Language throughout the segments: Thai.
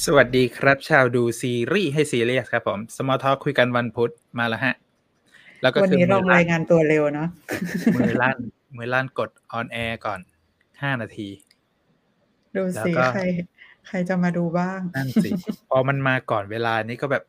สวัสดีครับชาวดูซีรีส์ให้ซีเรียสครับผม Small Talk คุยกันวันพุธมาแล้วฮะแล้วก็วันคือนี้ลองรายงานตัวเร็วเนาะมือลั่นกดออนแอร์ก่อน5 นาทีดูแล้วสิก็ใครจะมาดูบ้างนั่นสิ พอมันมาก่อนเวลานี้ก็แบบ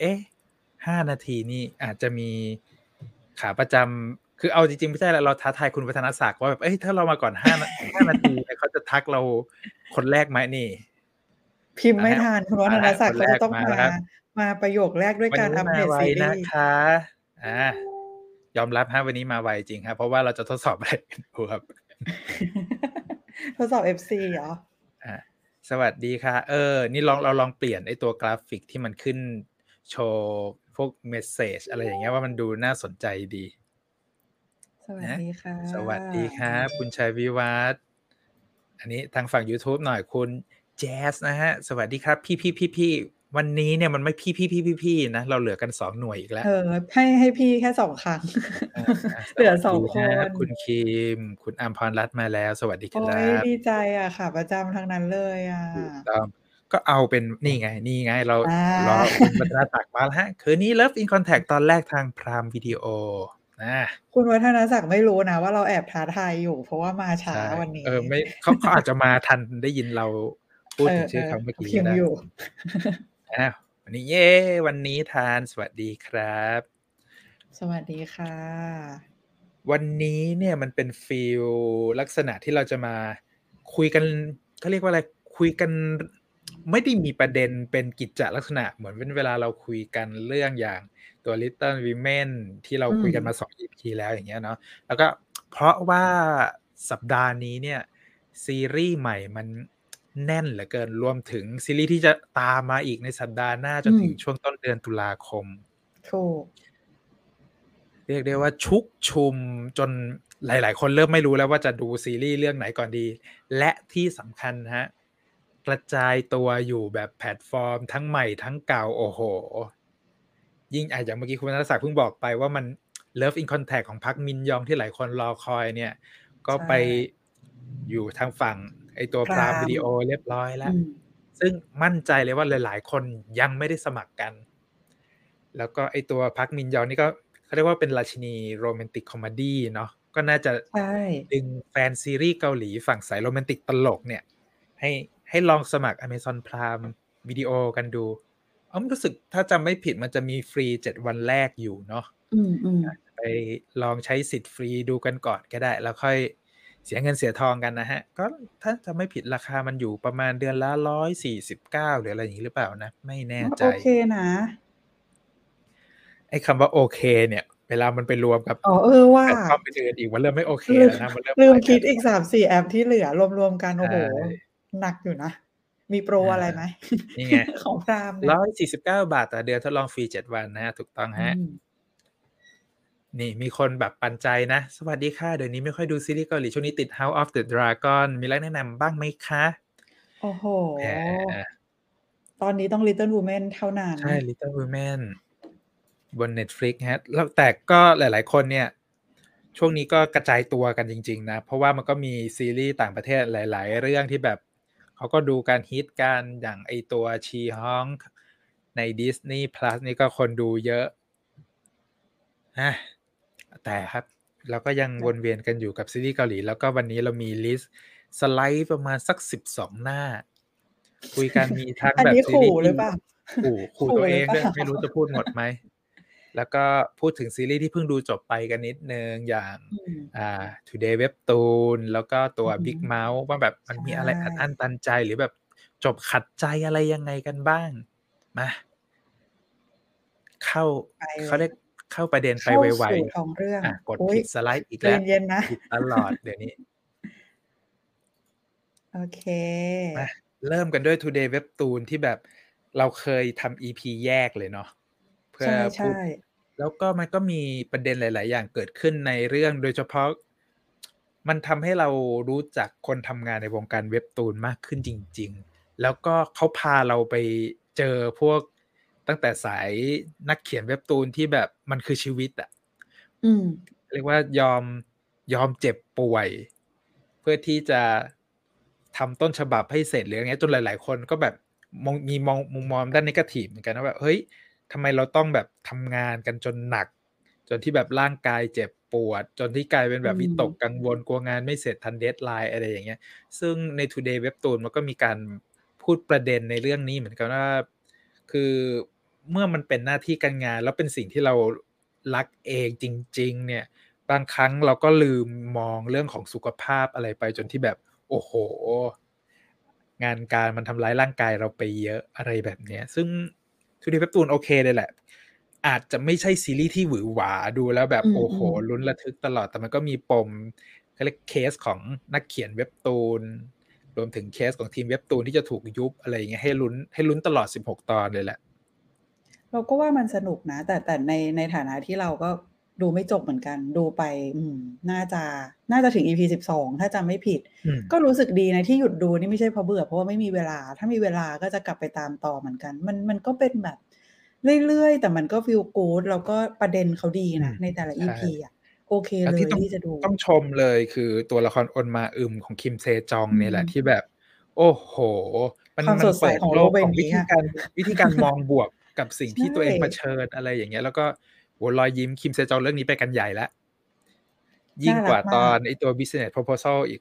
5 นาทีนี่อาจจะมีขาประจำคือเอาจริงๆไม่ใช่แล้วเราท้าทายคุณวัฒนศักดิ์ว่าแบบถ้าเรามาก่อน5 นาทีเนี่ยเขาจะทักเราคนแรกไหมนี่พิมพ์ไม่ทันคุณวัฒนศักดิ์เขาจะต้องมาแล้วครับมาประโยคแรกด้วยวันนี้การอัปเดตมาไวซีรีส์นะคะยอมรับฮะวันนี้มาไวจริงครับเพราะว่าเราจะทดสอบอะไรกันดูครับทดสอบ FC เหรอสวัสดีค่ะนี่เราลองเปลี่ยนไอ้ตัวกราฟิกที่มันขึ้นโชว์พวกเมสเสจอะไรอย่างเงี้ยว่ามันดูน่าสนใจดีสวัสดีค่ะสวัสดีครับคุณชัยวิวัฒน์อันนี้ทางฝั่ง YouTube หน่อยคุณแจ๊สนะฮะสวัสดีครับพี่วันนี้เนี่ยมันไม่พี่นะเราเหลือกัน2หน่วยอีกแล้วให้พี่แค่2ครั้ง เหลือ2 คนคุณคิมคุณอัมพรรัตน์มาแล้วสวัสดีคโอ้รัยบดีใจอ่ะค่ะประจำทั้งนั้นเลยอ่ะถูกต้องก็เอาเป็นนี่ไงเรารอคุณวัฒนศักดิ์มาแล้วฮะคืนนี้ Love in Contact ตอนแรกทาง Prime Video นะคุณวัฒนศักดิ์ไม่รู้นะว่าเราแอบท้าทายอยู่เพราะว่ามาช้าใช่วันนี้ไม่เขาอาจจะมาทันได้ยินเราพูดถึงชื่อเขาเมื่อกี้พิก็มพ์ได้อยู่วันนี้วันนี้ทานสวัสดีครับสวัสดีค่ะวันนี้เนี่ยมันเป็นฟีลลักษณะที่เราจะมาคุยกันเขาเรียกว่าอะไรคุยกันไม่ได้มีประเด็นเป็นกิจจลักษณะเหมือนเวลาเราคุยกันเรื่องอย่างตัว Little Women ที่เราคุยกันมา2 EP แล้วอย่างเงี้ยเนาะแล้วก็เพราะว่าสัปดาห์นี้เนี่ยซีรีส์ใหม่มันแน่นเหลือเกินรวมถึงซีรีส์ที่จะตามมาอีกในสัปดาห์หน้าจนถึงช่วงต้นเดือนตุลาคมถูกเรียกได้ว่าชุกชุมจนหลายๆคนเริ่มไม่รู้แล้วว่าจะดูซีรีส์เรื่องไหนก่อนดี และที่สำคัญฮะกระจายตัวอยู่แบบแพลตฟอร์มทั้งใหม่ทั้งเก่าโอ้โหยิ่งอย่างเมื่อกี้คุณนัทศักดิ์เพิ่งบอกไปว่ามัน Love in Contact ของพักมินยองที่หลายคนรอคอยเนี่ยก็ไปอยู่ทางฝั่งไอตัว Prime Video เรียบร้อยแล้วซึ่งมั่นใจเลยว่าหลายๆคนยังไม่ได้สมัครกันแล้วก็ไอตัวพักมินยองนี่ก็เขาเรียกว่าเป็นราชินีโรแมนติกคอมเมดี้เนาะก็น่าจะดึงแฟนซีรีส์เกาหลีฝั่งสายโรแมนติกตลกเนี่ยให้ลองสมัคร Amazon Prime Video กันดูรู้สึกถ้าจำไม่ผิดมันจะมีฟรี7 วันแรกอยู่เนาะไปลองใช้สิทธิ์ฟรีดูกันก่อนก็ได้แล้วค่อยเสียเงินเสียทองกันนะฮะก็ถ้าจำไม่ผิดราคามันอยู่ประมาณเดือนละ149หรืออะไรอย่างนี้หรือเปล่านะไม่แน่ใจโอเคนะไอ้คำว่าโอเคเนี่ยเวลามันไปรวมกับว่าแพลตฟอร์มอื่นๆอีกมันเริ่มไม่โอเคแล้วนะมันเริ่มลืมคิดอีก 3-4 แอปที่เหลือรวมๆกันโอ้โหหนักอยู่นะมีโปรอะไรไหมนี่ไงของพรามเนี่ย 149 บาทต่อเดือนทดลองฟรี7 วันนะฮะถูกต้องฮะนี่มีคนแบบปันใจนะสวัสดีค่ะเดี๋ยวนี้ไม่ค่อยดูซีรีส์เกาหลีช่วงนี้ติด House of the Dragon มีอะไรแนะนำบ้างไหมคะโอ้โหตอนนี้ต้อง Little Women เท่านั้นใช่ Little Women บน Netflix ฮะแล้วแต่ก็หลายๆคนเนี่ยช่วงนี้ก็กระจายตัวกันจริงๆนะเพราะว่ามันก็มีซีรีส์ต่างประเทศหลายๆเรื่องที่แบบเขาก็ดูการฮิตกันอย่างไอตัว She-Hulk ใน Disney Plus นี่ก็คนดูเยอะแต่ครับเราก็ยังวนเวียนกันอยู่กับซีรีส์เกาหลีแล้วก็วันนี้เรามีลิสต์สไลด์ประมาณสัก12 หน้าคุยกันมีทั้งแบบซีรีส์หรือเปล่าขู่ตัวเองด้วยไม่รู้จะพูดหมดไหมแล้วก็พูดถึงซีรีส์ที่เพิ่งดูจบไปกันนิดนึงอย่างToday Webtoon แล้วก็ตัว Big Mouth ว่าแบบมันมีอะไรอัดอั้นตันใจหรือแบบจบขัดใจอะไรยังไงกันบ้างมาเขาเรียกเข้าประเด็นไปไวๆของเรื่องกดผิดสไลด์อีกแล้วผิดตลอดเดี๋ยวนี้โอเคมาเริ่มกันด้วย Today Webtoon ที่แบบเราเคยทำ EP แยกเลยเนาะเพื่อพูดแล้วก็มันก็มีประเด็นหลายๆอย่างเกิดขึ้นในเรื่องโดยเฉพาะมันทำให้เรารู้จักคนทำงานในวงการเว็บตูนมากขึ้นจริงๆแล้วก็เขาพาเราไปเจอพวกตั้งแต่สายนักเขียนเว็บตูนที่แบบมันคือชีวิตเรียกว่ายอมเจ็บป่วยเพื่อที่จะทำต้นฉบับให้เสร็จหรืออย่างเงี้ยจนหลายๆคนก็แบบมุมมองด้าน negative เหมือนกันว่าแบบเฮ้ยทำไมเราต้องแบบทำงานกันจนหนักจนที่แบบร่างกายเจ็บปวดจนที่กลายเป็นแบบวิตกกังวลกลัวงานไม่เสร็จทัน deadline อะไรอย่างเงี้ยซึ่งใน Today Webtoon มันก็มีการพูดประเด็นในเรื่องนี้เหมือนกันว่าคือเมื่อมันเป็นหน้าที่การงานแล้วเป็นสิ่งที่เรารักเองจริงๆเนี่ยบางครั้งเราก็ลืมมองเรื่องของสุขภาพอะไรไปจนที่แบบโอ้โฮงานการมันทำร้ายร่างกายเราไปเยอะอะไรแบบเนี้ยซึ่ง Today Webtoon โอเคเลยแหละอาจจะไม่ใช่ซีรีส์ที่หวือหวาดูแล้วแบบโอ้โฮลุ้นระทึกตลอดแต่มันก็มีปมเขาเรียกเคสของนักเขียนเว็บตูนรวมถึงเคสของทีมเว็บตูนที่จะถูกยุบอะไรอย่างเงี้ยให้ลุ้นตลอด16ตอนเลยแหละเราก็ว่ามันสนุกนะแต่ในฐานะที่เราก็ดูไม่จบเหมือนกันดูไปน่าจะถึง EP 12ถ้าจำไม่ผิดก็รู้สึกดีนะที่หยุดดูนี่ไม่ใช่เพราะเบื่อเพราะว่าไม่มีเวลาถ้ามีเวลาก็จะกลับไปตามต่อเหมือนกันมันก็เป็นแบบเรื่อยๆแต่มันก็ feel good แล้วก็ประเด็นเขาดีนะในแต่ละใช่ EP อะโอเคเลแล้วที่ยที่จะดูต้องชมเลยคือตัวละคร On Ma-eum ของคิมเซจองอืเนี่ยแหละที่มแบบโอ้โฮความมันสดใสเปิดโลของโลกใบกของวินี้อะธีการมองบวกกับสิ่งใชที่ตัวเองเผ่ชิญอะไรอย่างเงี้ยแล้วก็โอ้โฮรอยยิ้มคิมเซจองเรื่องนี้ไปกันใหญ่แล้วยิ่น่างกว่าตรักมากอนไอ้ตัว Business Proposal อีก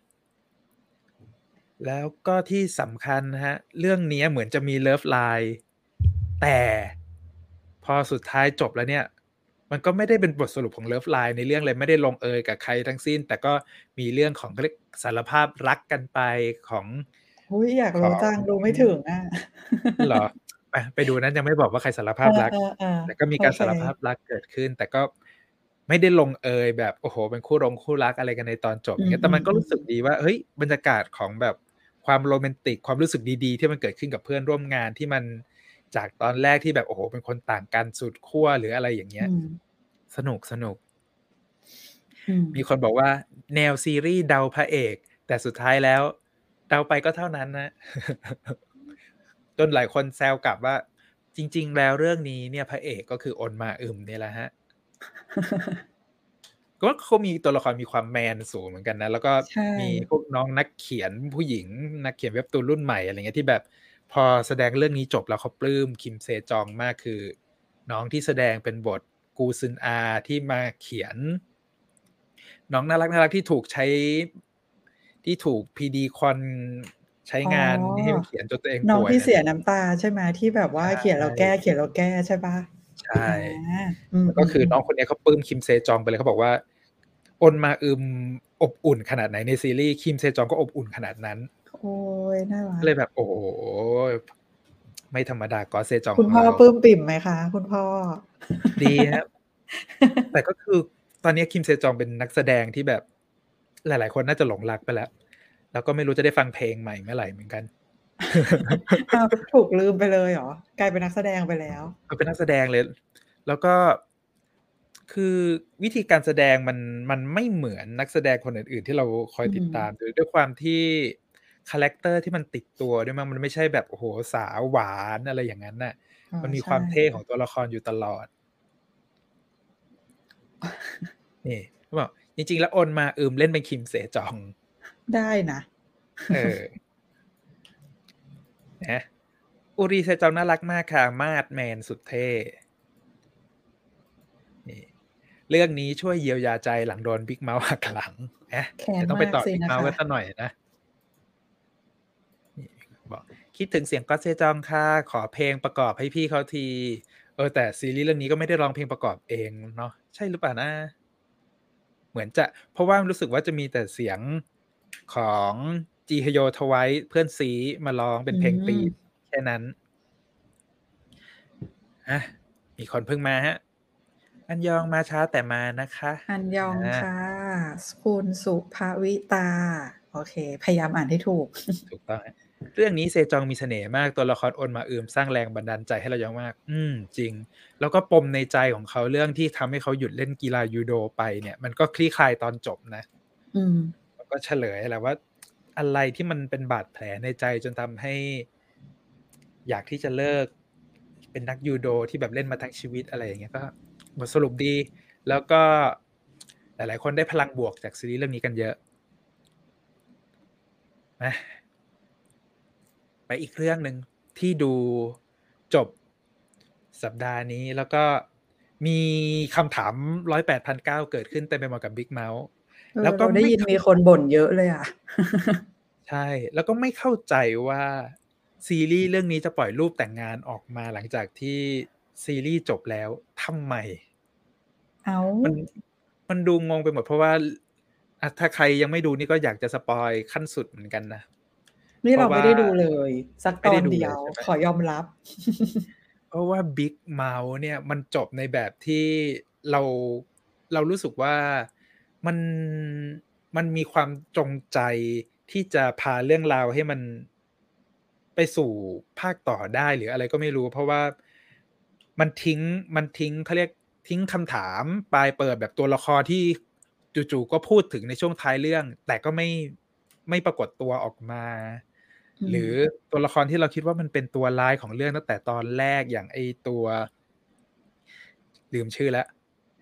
แล้วก็ที่สำคัญนะครับเรื่องเนี้ยเหมือนจะมี Love Line แต่พอสุดท้ายจบแล้วเนี่ยมันก็ไม่ได้เป็นบทสรุปของ Love Line ในเรื่องเลยไม่ได้ลงเอยกับใครทั้งสิ้นแต่ก็มีเรื่องของเขาเรียกสารภาพรักกันไปของอุ๊ยอยากของรู้จังดูไม่ถึงอะเหรอไปดูนะยังไม่บอกว่าใครสารเอภาพรักอๆแต่ก็มีๆโอเคการสารภาพรักเกิดขึ้นแต่ก็ไม่ได้ลงเอยแบบโอ้โฮเป็นคู่รักอะไรกันในตอนจบอือย่างเงี้ยแต่มันก็รู้สึกมๆๆดีว่าเฮ้ยบรรยากาศของแบบความโรแมนติกความรู้สึกดีๆที่มันเกิดขึ้นกับเพื่อนร่วมงานที่มันจากตอนแรกที่แบบโอ้โฮเป็นคนต่างกันสุดขั้วหรืออะไรอย่างเงี้ยอืมสนุกอืมมีคนบอกว่าแนวซีรีส์เดาพระเอกแต่สุดท้ายแล้วเดาไปก็เท่านั้นนะจนหลายคนแซวกลับว่าจริงๆแล้วเรื่องนี้เนี่ยพระเอกก็คืออนมาอึมเนี่ยแหละครับก็เขามีตัวละครมีความแมนสูงเหมือนกันนะแล้วก็ใช่มีพวกน้องนักเขียนผู้หญิงนักเขียนเว็บตูนรุ่นใหม่อะไรเงี้ยที่แบบพอแสดงเรื่องนี้จบแล้วเขาปลื้มคิมเซจองมากคือน้องที่แสดงเป็นบทกูซึนอาที่มาเขียน น้องน่ารักๆที่ถูกใช้ที่ถูก PD-Con ใช้อ๋งานให้อเขียนจนตัวเองน้องที่เสียป่วยนั่นน่ะน้ำตาใช่ไหมที่แบบใชว่าเขียนแล้วแก้่เขียนแล้วแก้ใช่เปล่าใช่อาอืแล้วก็คือน้องมๆๆคนเนี้ยเขาปลื้มคิมเซจองไปเลยเขาบอกว่าอ้นมาอึมอบอุ่นขนาดไหนในซีรีส์คิมเซจองก็อบอุ่นขนาดนั้นโอ๊ยน่ารักก็เลยแบบโอ้โฮไม่ธรรมดาก๊อตเซจองคุณพ่อของเราปลื้มปิ่มไหมคะคุณพ่อดีครับแต่ก็คือตอนนี้คิมเซจองเป็นนักแสดงที่แบบหลายๆคนน่าจะหลงรักไปแล้วแล้วก็ไม่รู้จะได้ฟังเพลงใหม่เมื่อไหร่เหมือนกันอ้าวถูกลืมไปเลยเหรอกลายเป็นนักแสดงไปแล้วเขาเป็นนักแสดงเลย แล้วก็คือวิธีการแสดงมันไม่เหมือนนักแสดงคนอื่นๆที่เราคอยอืมติดตามด้วยความที่คาแรกเตอร์ที่มันติดตัวด้วยมั้งมันไม่ใช่แบบโอ้โฮสาวหวานอะไรอย่างงั้นน่ะอ๋อมันมีคใช่วามเท่ของตัวละครอยู่ตลอดนี่เขาบอกจริงๆแล้วโอนมาอึมเล่นเป็นคิมเสจองได้นะเออนะอุริเซจองน่ารักมากค่ะมาดแมนสุดเท่นี่เรื่องนี้ช่วยเยียวยาใจหลังโดน Big Mouth หักหลังแค้นเดี๋ยวต้องไปต่อมากสิ Big นะ Mouth คะกันสักหน่อยนะ นี่บอกคิดถึงเสียงก๊อตเซจองค่ะขอเพลงประกอบให้พี่เขาทีแต่ซีรีส์เรื่องนี้ก็ไม่ได้ร้องเพลงประกอบเองเนาะใช่หรือเปล่านะเหมือนจะเพราะว่ารู้สึกว่าจะมีแต่เสียงของ Jihyo Twice เพื่อนซี้มาร้องเป็อืนเพลงธีมมแค่นั้นอามีคนเพิ่งมาครับอันยองมาช้าแต่มานะคะอันยองอาค่ะคุณสุภวิตาโอเคพยายามอ่านให้ถูกถูกต้องครับเรื่องนี้เซจองมีเสน่ห์มากตัวละครโอนมาอืมสร้างแรงบันดาลใจให้เราเยอะมากจริงแล้วก็ปมในใจของเขาเรื่องที่ทำให้เขาหยุดเล่นกีฬายูโดไปเนี่ยมันก็คลี่คลายตอนจบนะอืมมันก็เฉลยแหละว่าอะไรที่มันเป็นบาดแผลในใจจนทำให้อยากที่จะเลิกเป็นนักยูโดที่แบบเล่นมาทั้งชีวิตอะไรอย่างเงี้ยก็บทสรุปดีแล้วก็หลายๆคนได้พลังบวกจากซีรีส์เรื่องนี้กันเยอะนะไปอีกเรื่องหนึ่งที่ดูจบสัปดาห์นี้แล้วก็มีคำถาม108,900เกิดขึ้นเต็มไปหมดกับ Big Mouth แล้วก็เราได้ไม่ยินมีคเข้าใจนบ่นเยอะเลยอะใช่ แล้วก็ไม่เข้าใจว่าซีรีส์เรื่องนี้จะปล่อยรูปแต่งงานออกมาหลังจากที่ซีรีส์จบแล้วทำไมอ้าวมันดูงงไปหมดเพราะว่าถ้าใครยังไม่ดูนี่ก็อยากจะสปอยขั้นสุดเหมือนกันนะนี่เราไม่ได้ดูเลย สักตอนเดียว ขอยอมรับเพราะว่า Big Mouth เนี่ยมันจบในแบบที่เรารู้สึกว่ามันมีความจงใจที่จะพาเรื่องราวให้มันไปสู่ภาคต่อได้หรืออะไรก็ไม่รู้ เพราะว่ามันทิ้งเขาเรียกทิ้งคำถามปลายเปิดแบบตัวละครที่จู่ๆก็พูดถึงในช่วงท้ายเรื่อง แต่ก็ไม่ปรากฏตัวออกมา หรือตัวละครที่เราคิดว่ามันเป็นตัวร้ายของเรื่องตั้งแต่ตอนแรกอย่างไอตัวลืมชื่อแล้ว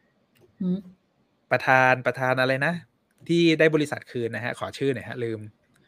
ประธานอะไรนะ ที่ได้บริษัทคืนนะฮะ ขอชื่อหน่อยฮะ ลืม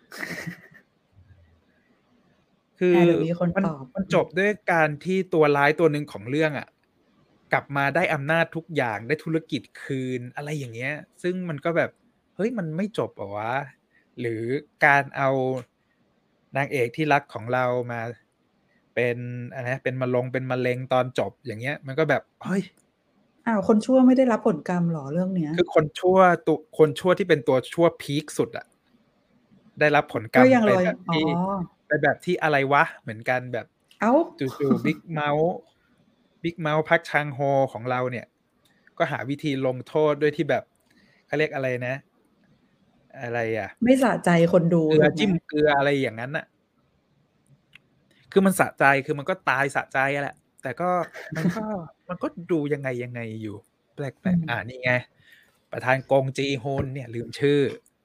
คือเดี๋ยวมีคนตอบมันจบด้วยการที่ตัวร้ายตัวหนึ่งของเรื่องอ่ะ กลับมาได้อำนาจทุกอย่างได้ธุรกิจคืนอะไรอย่างเงี้ย ซึ่งมันก็แบบเฮ้ยมันไม่จบเหรอวะ หรือการเอานางเอกที่รักของเรามาเป็นอะไรนะเป็นมะเร็งตอนจบอย่างเงี้ย มันก็แบบเฮ้ยคนชั่วไม่ได้รับผลกรรมหรอเรื่องเนี้ยคือคนชั่วที่เป็นตัวชั่วพีคสุดอะได้รับผลกรรมไปแบบที่อะไรวะเหมือนกันแบบจู่ๆบิ๊กเมาส์พักชางโฮของเราเนี่ยก็หาวิธีลงโทษด้วยที่แบบเขาเรียกอะไรนะ อะไรอ่ะไม่สะใจคนดูเกลือจิ้มเกลืออะไรอย่างนั้นน่ะคือมันสะใจคือมันก็ตายสะใจแหละแต่ก็มันก็ดูยังไงอยู่แปลกๆนี่ไงประธานกงจีฮุนเนี่ยลืมชื่อ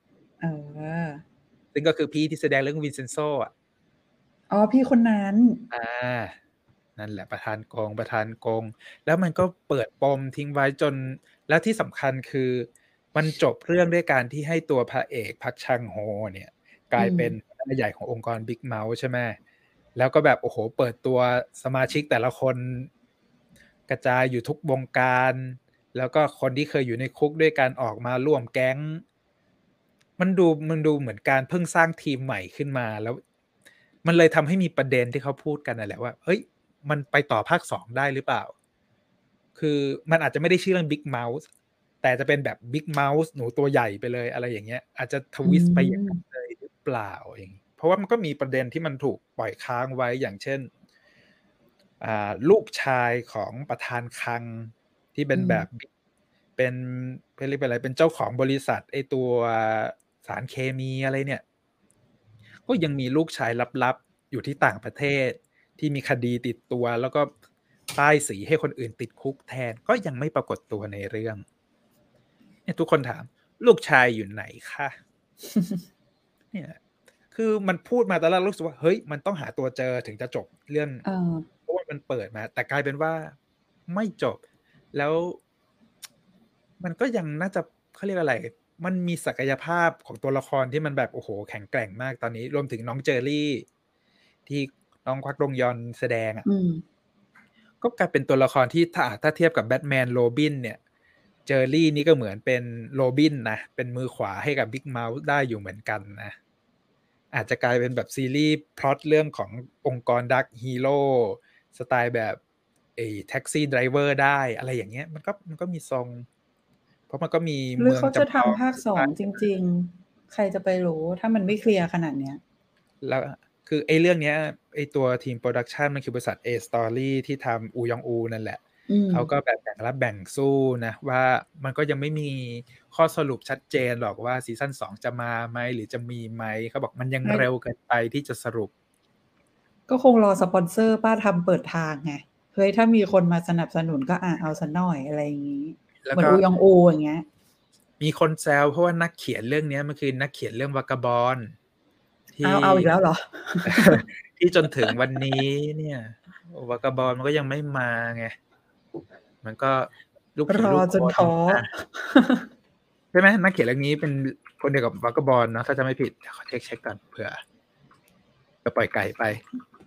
ซึ่งก็คือพี่ที่แสดงเรื่องวินเซนโซอ่ะพี่คนนั้นนั่นแหละประธานกงแล้วมันก็เปิดปมทิ้งไว้จนแล้วที่สำคัญคือมันจบเรื่องด้วยการที่ให้ตัวพระเอกพักชังโฮเนี่ยกลายเป็นหัวหน้าใหญ่ขององค์กร Big Mouth ใช่ไหมแล้วก็แบบโอ้โหเปิดตัวสมาชิกแต่ละคนกระจายอยู่ทุกวงการแล้วก็คนที่เคยอยู่ในคุกด้วยการออกมาร่วมแก๊งมันดูเหมือนการเพิ่งสร้างทีมใหม่ขึ้นมาแล้วมันเลยทำให้มีประเด็นที่เขาพูดกันนั่นแหละว่าเฮ้ยมันไปต่อภาค2ได้หรือเปล่าคือมันอาจจะไม่ได้ชื่อเรื่อง Big Mouth แต่จะเป็นแบบ Big Mouth หนูตัวใหญ่ไปเลยอะไรอย่างเงี้ยอาจจะทวิสต์ไปอย่างนั้นเลยหรือเปล่าอย่างนี้เพราะว่ามันก็มีประเด็นที่มันถูกปล่อยค้างไว้อย่างเช่นลูกชายของประธานคลังที่เป็นแบบเป็นเรียกเป็นอะไรเป็นเจ้าของบริษัทไอตัวสารเคมีอะไรเนี่ยก็ยังมีลูกชายลับๆอยู่ที่ต่างประเทศที่มีคดีติดตัวแล้วก็ป้ายสีให้คนอื่นติดคุกแทนก็ยังไม่ปรากฏตัวในเรื่องเนี่ยทุกคนถามลูกชายอยู่ไหนคะเนี่ยคือมันพูดมาตอนแรกรู้สึกว่าเฮ้ยมันต้องหาตัวเจอถึงจะจบเรื่องเพราะว่ามันเปิดมาแต่กลายเป็นว่าไม่จบแล้วมันก็ยังน่าจะเขาเรียกอะไรมันมีศักยภาพของตัวละครที่มันแบบโอ้โหแข็งแกร่งมากตอนนี้รวมถึงน้องเจอรี่ที่น้องควักดงยอนแสดงอ่ะก็กลายเป็นตัวละครที่ถ้าเทียบกับแบทแมนโรบินเนี่ยเจอรี่นี่ก็เหมือนเป็นโรบินนะเป็นมือขวาให้กับบิ๊กเมาส์ได้อยู่เหมือนกันนะอาจจะกลายเป็นแบบซีรีส์พล็อตเรื่องขององค์กรดักฮีโร่สไตล์แบบแท็กซี่ไดรเวอร์ได้อะไรอย่างเงี้ยมันก็มีทรงเพราะมันก็มีหรือเขาจะทำภาค2จริงๆใครจะไปรู้ถ้ามันไม่เคลียร์ขนาดเนี้ยแล้วคือไอ้เรื่องเนี้ยไอ้ตัวทีมโปรดักชันมันคือบริษัท A Story ที่ทำอูยองอูนั่นแหละเขาก็แบบแบ่งรับแบ่งสู้นะว่ามันก็ยังไม่มีข้อสรุปชัดเจนหรอกว่าซีซั่น2จะมาไหมหรือจะมีไหมเขาบอกมันยังเร็วเกินไปที่จะสรุปก็คงรอสปอนเซอร์ป้าทำเปิดทางไงเฮ้ยถ้ามีคนมาสนับสนุนก็เอาซะหน่อยอะไรอย่างนี้เหมือนอูยองอูอย่างเงี้ยมีคนแซวเพราะว่านักเขียนเรื่องนี้มันคือนักเขียนเรื่องวากาบอลที่เอาอีกแล้วเหรอที่จนถึงวันนี้เนี่ยวากาบอลมันก็ยังไม่มาไงมันก็ลูกผีลูกจนท้อใช่ไหมนักเขียนเรื่องนี้เป็นคนเดียวกับวากาบอลเนาะถ้าจะไม่ผิดขอเช็คก่อนเผื่อจะปล่อยไก่ไป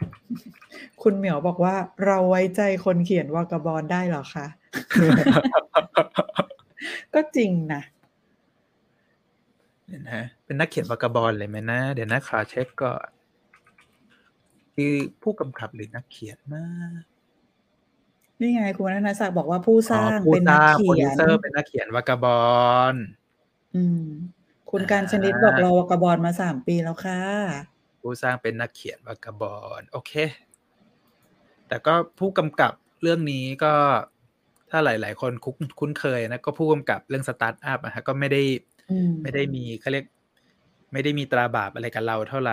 คุณเหมียวบอกว่า เราไว้ใจคนเขียนวากาบอลได้เหรอคะ ก็จริงนะเดี๋ยวนะเป็นนักเขียนวากาบอลเลยไหมนะ เดี๋ยวนะขอเช็คก่อนคือผู้กำกับหรือนักเขียนนะนี่ไงคุณนันศักดิ์บอกว่าผู้สร้างผู้เป็นสนักร้างเขีโปรดิยวเซอร์ เป็นนักเขียนวากาบอลคุณอากาญจนิดบอกรอวากาบอลมา 3 ปีแล้วค่ะผู้สร้างเป็นนักเขียนวากาบอล โอเค แต่ก็ผู้กำกับเรื่องนี้ก็ ถ้าหลาย ๆ คนคุ้นเคยนะ ก็ผู้กำกับเรื่อง สตาร์ตอัป อะครับ ก็ไม่ได้มี เขาเรียก ไม่ได้มีตราบาปอะไรกับเราเท่าไร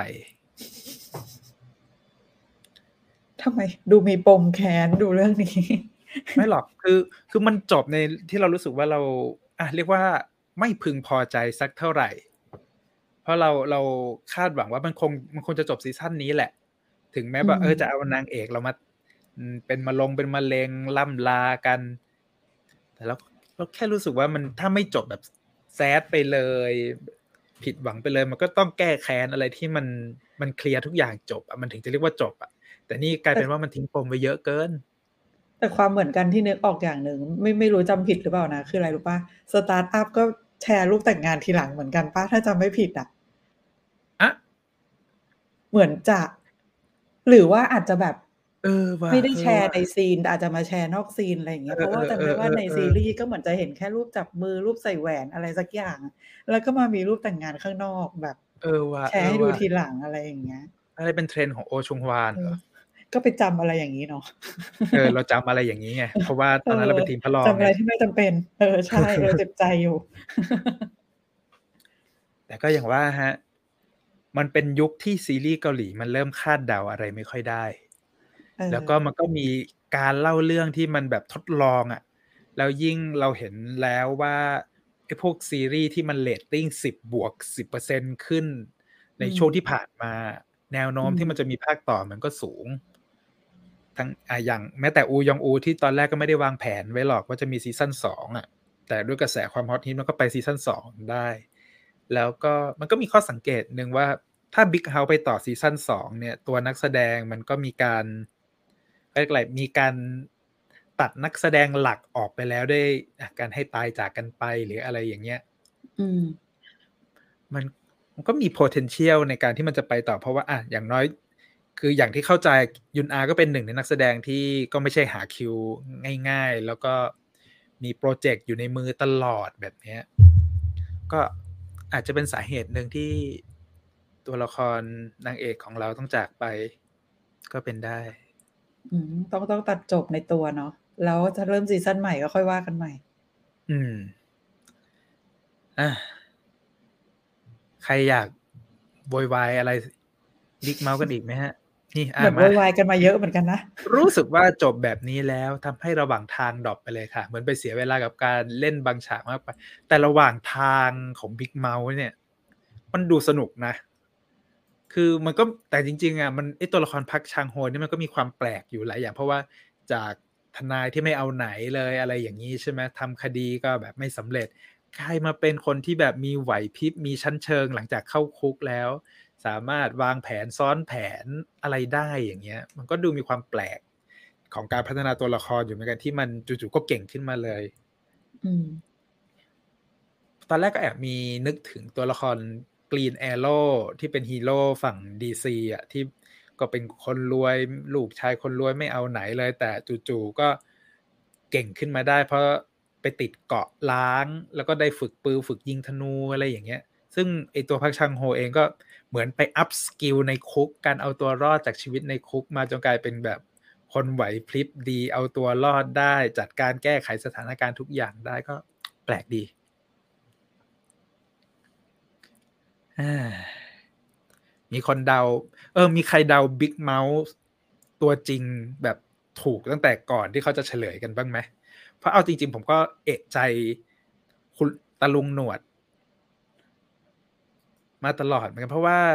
ทำไมดูมีปมแค้นดูเรื่องนี้ไม่หรอก คือมันจบในที่เรารู้สึกว่าเรา เรียกว่าไม่พึงพอใจสักเท่าไร เพราะเราคาดหวังว่ามันคงจะจบซีซั่นนี้แหละ ถึงแม้ว่า จะเอานางเอกเรามา เป็นมะเร็งล่ำลากัน แต่เราแค่รู้สึกว่ามันถ้าไม่จบแบบแซดไปเลย ผิดหวังไปเลย มันก็ต้องแก้แค้นอะไรที่มันเคลียร์ทุกอย่างจบอะ มันถึงจะเรียกว่าจบอะ แต่นี่กลายเป็นว่ามันทิ้งปมไว้เยอะเกินแต่ความเหมือนกันที่นึกออกอย่างหนึ่ง ไม่รู้จำผิดหรือเปล่านะ คืออะไรรู้เปล่า สตาร์ตอัปก็แชร์รูปแต่งงานทีหลังเหมือนกันเปล่า ถ้าจำไม่ผิดอะอะเหมือนจะ หรือว่าอาจจะแบบว่ะไม่ได้แชร์ในซีน แต่อาจจะมาแชร์นอกซีน อะไรอย่างเงี้ย เพราะว่าจำได้ว่าในซีรีส์ก็เหมือนจะเห็นแค่รูปจับมือ รูปใส่แหวนอะไรสักอย่าง แล้วก็มามีรูปแต่งงานข้างนอกแบบว่ะแชร์ให้ดูทีหลัง อะไรอย่างเงี้ยอะไรเป็น trend ของ Oh Jung-hwan เหรอ? ก็ไปจำอะไรอย่างงี้เนาะเราจำอะไรอย่างงี้ไง เพราะว่าตอนนั้นเราเป็นทีมพระรองจำอะไงไรที่ไม่จำเป็น ใช่ เจ็บใจอยู่แต่ก็อย่างว่าครับ มันเป็นยุคที่ซีรีส์เกาหลีมันเริ่มคาดเดาอะไรไม่ค่อยได้ แล้วก็มันก็มีการเล่าเรื่องที่มันแบบทดลองอะ แล้วยิ่งเราเห็นแล้วว่าไอ้พวกซีรีส์ที่มันเรตติง 10% ขึ้นในช่วงที่ผ่านมา แนวโน้มที่มันจะมีภาคต่อมันก็สูง ทั้ง อย่างแม้แต่ Woo Young-woo ที่ตอนแรกก็ไม่ได้วางแผนไว้หรอกว่าจะมีซีซั่น 2 อะ แต่ด้วยกระแสความฮอตฮิตมันก็ไปซีซั่น 2 ได้ แล้วก็มันก็มีข้อสังเกตหนึ่งว่า ถ้า Big House ไปต่อซีซั่น 2 เนี่ย ตัวนักแสดงมันก็มีการ เขาเรียกอะไร มีการตัดนักแสดงหลักออกไปแล้วด้วย การให้ตายจากกันไป หรืออะไรอย่างเงี้ย มันก็มี potential ในการที่มันจะไปต่อ เพราะว่า อย่างน้อย คืออย่างที่เข้าใจ Yoon Ah ก็เป็นหนึ่งในนักแสดงที่ก็ไม่ใช่หาคิวง่าย ๆ แล้วก็มีพรอเจกต์อยู่ในมือตลอดแบบเนี้ย ก็อาจจะเป็นสาเหตุหนึ่งที่ตัวละครนางเอกของเราต้องจากไป ก็เป็นได้ต้องตัดจบในตัวเนาะ แล้วจะเริ่มซีซั่นใหม่ก็ค่อยว่ากันใหม่ใครอยากโวยวายอะไร Big Mouth กันอีกไหมครับ? นี่เหมือนโวยวายกันมาเยอะเหมือนกันนะรู้สึกว่าจบแบบนี้แล้วทำให้ระหว่างทางดร็อปไปเลยค่ะ เหมือนไปเสียเวลากับการเล่นบางฉากมากไป แต่ระหว่างทางของ Big Mouth เนี่ย มันดูสนุกนะ คือมันก็ แต่จริง ๆ อะไอ้ตัวละคร Park Sang-ho นี่มันก็มีความแปลกอยู่หลายอย่าง เพราะว่าจากทนายที่ไม่เอาไหนเลย อะไรอย่างงี้ ใช่ไหม ทำคดีก็แบบไม่สำเร็จ กลายมาเป็นคนที่แบบมีไหวพริบ มีชั้นเชิงหลังจากเข้าคุกแล้ว สามารถวางแผนซ้อนแผนอะไรได้ อย่างเงี้ย มันก็ดูมีความแปลกของการพัฒนาตัวละครอยู่เหมือนกัน ที่มันจู่ ๆ ก็เก่งขึ้นมาเลย ตอนแรกก็แอบมีนึกถึงตัวละคร Green Arrow ที่เป็นฮีโรฝั่ง DC อะ ที่ก็เป็นคนรวย ลูกชายคนรวยไม่เอาไหนเลย แต่จู่ ๆ ก็เก่งขึ้นมาได้ เพราะไปติดเกาะล้าง แล้วก็ได้ฝึกปืน ฝึกยิงธนู อะไรอย่างเงี้ย ซึ่งไอ้ตัว Park Sang-ho เองก็เหมือนไปอัปสกิลในคุก การเอาตัวรอดจากชีวิตในคุกมาจนกลายเป็นแบบคนไหวพริบดี เอาตัวรอดได้ จัดการแก้ไขสถานการณ์ทุกอย่างได้ ก็แปลกดี มีคนเดา มีใครเดา Big Mouth ตัวจริงแบบถูกตั้งแต่ก่อนที่เขาจะเฉลยกันบ้างไหม? เพราะเอาจริง ๆ ผมก็เอะใจคุณตาลุงหนวด มาตลอดเหมือนกัน เพราะว่า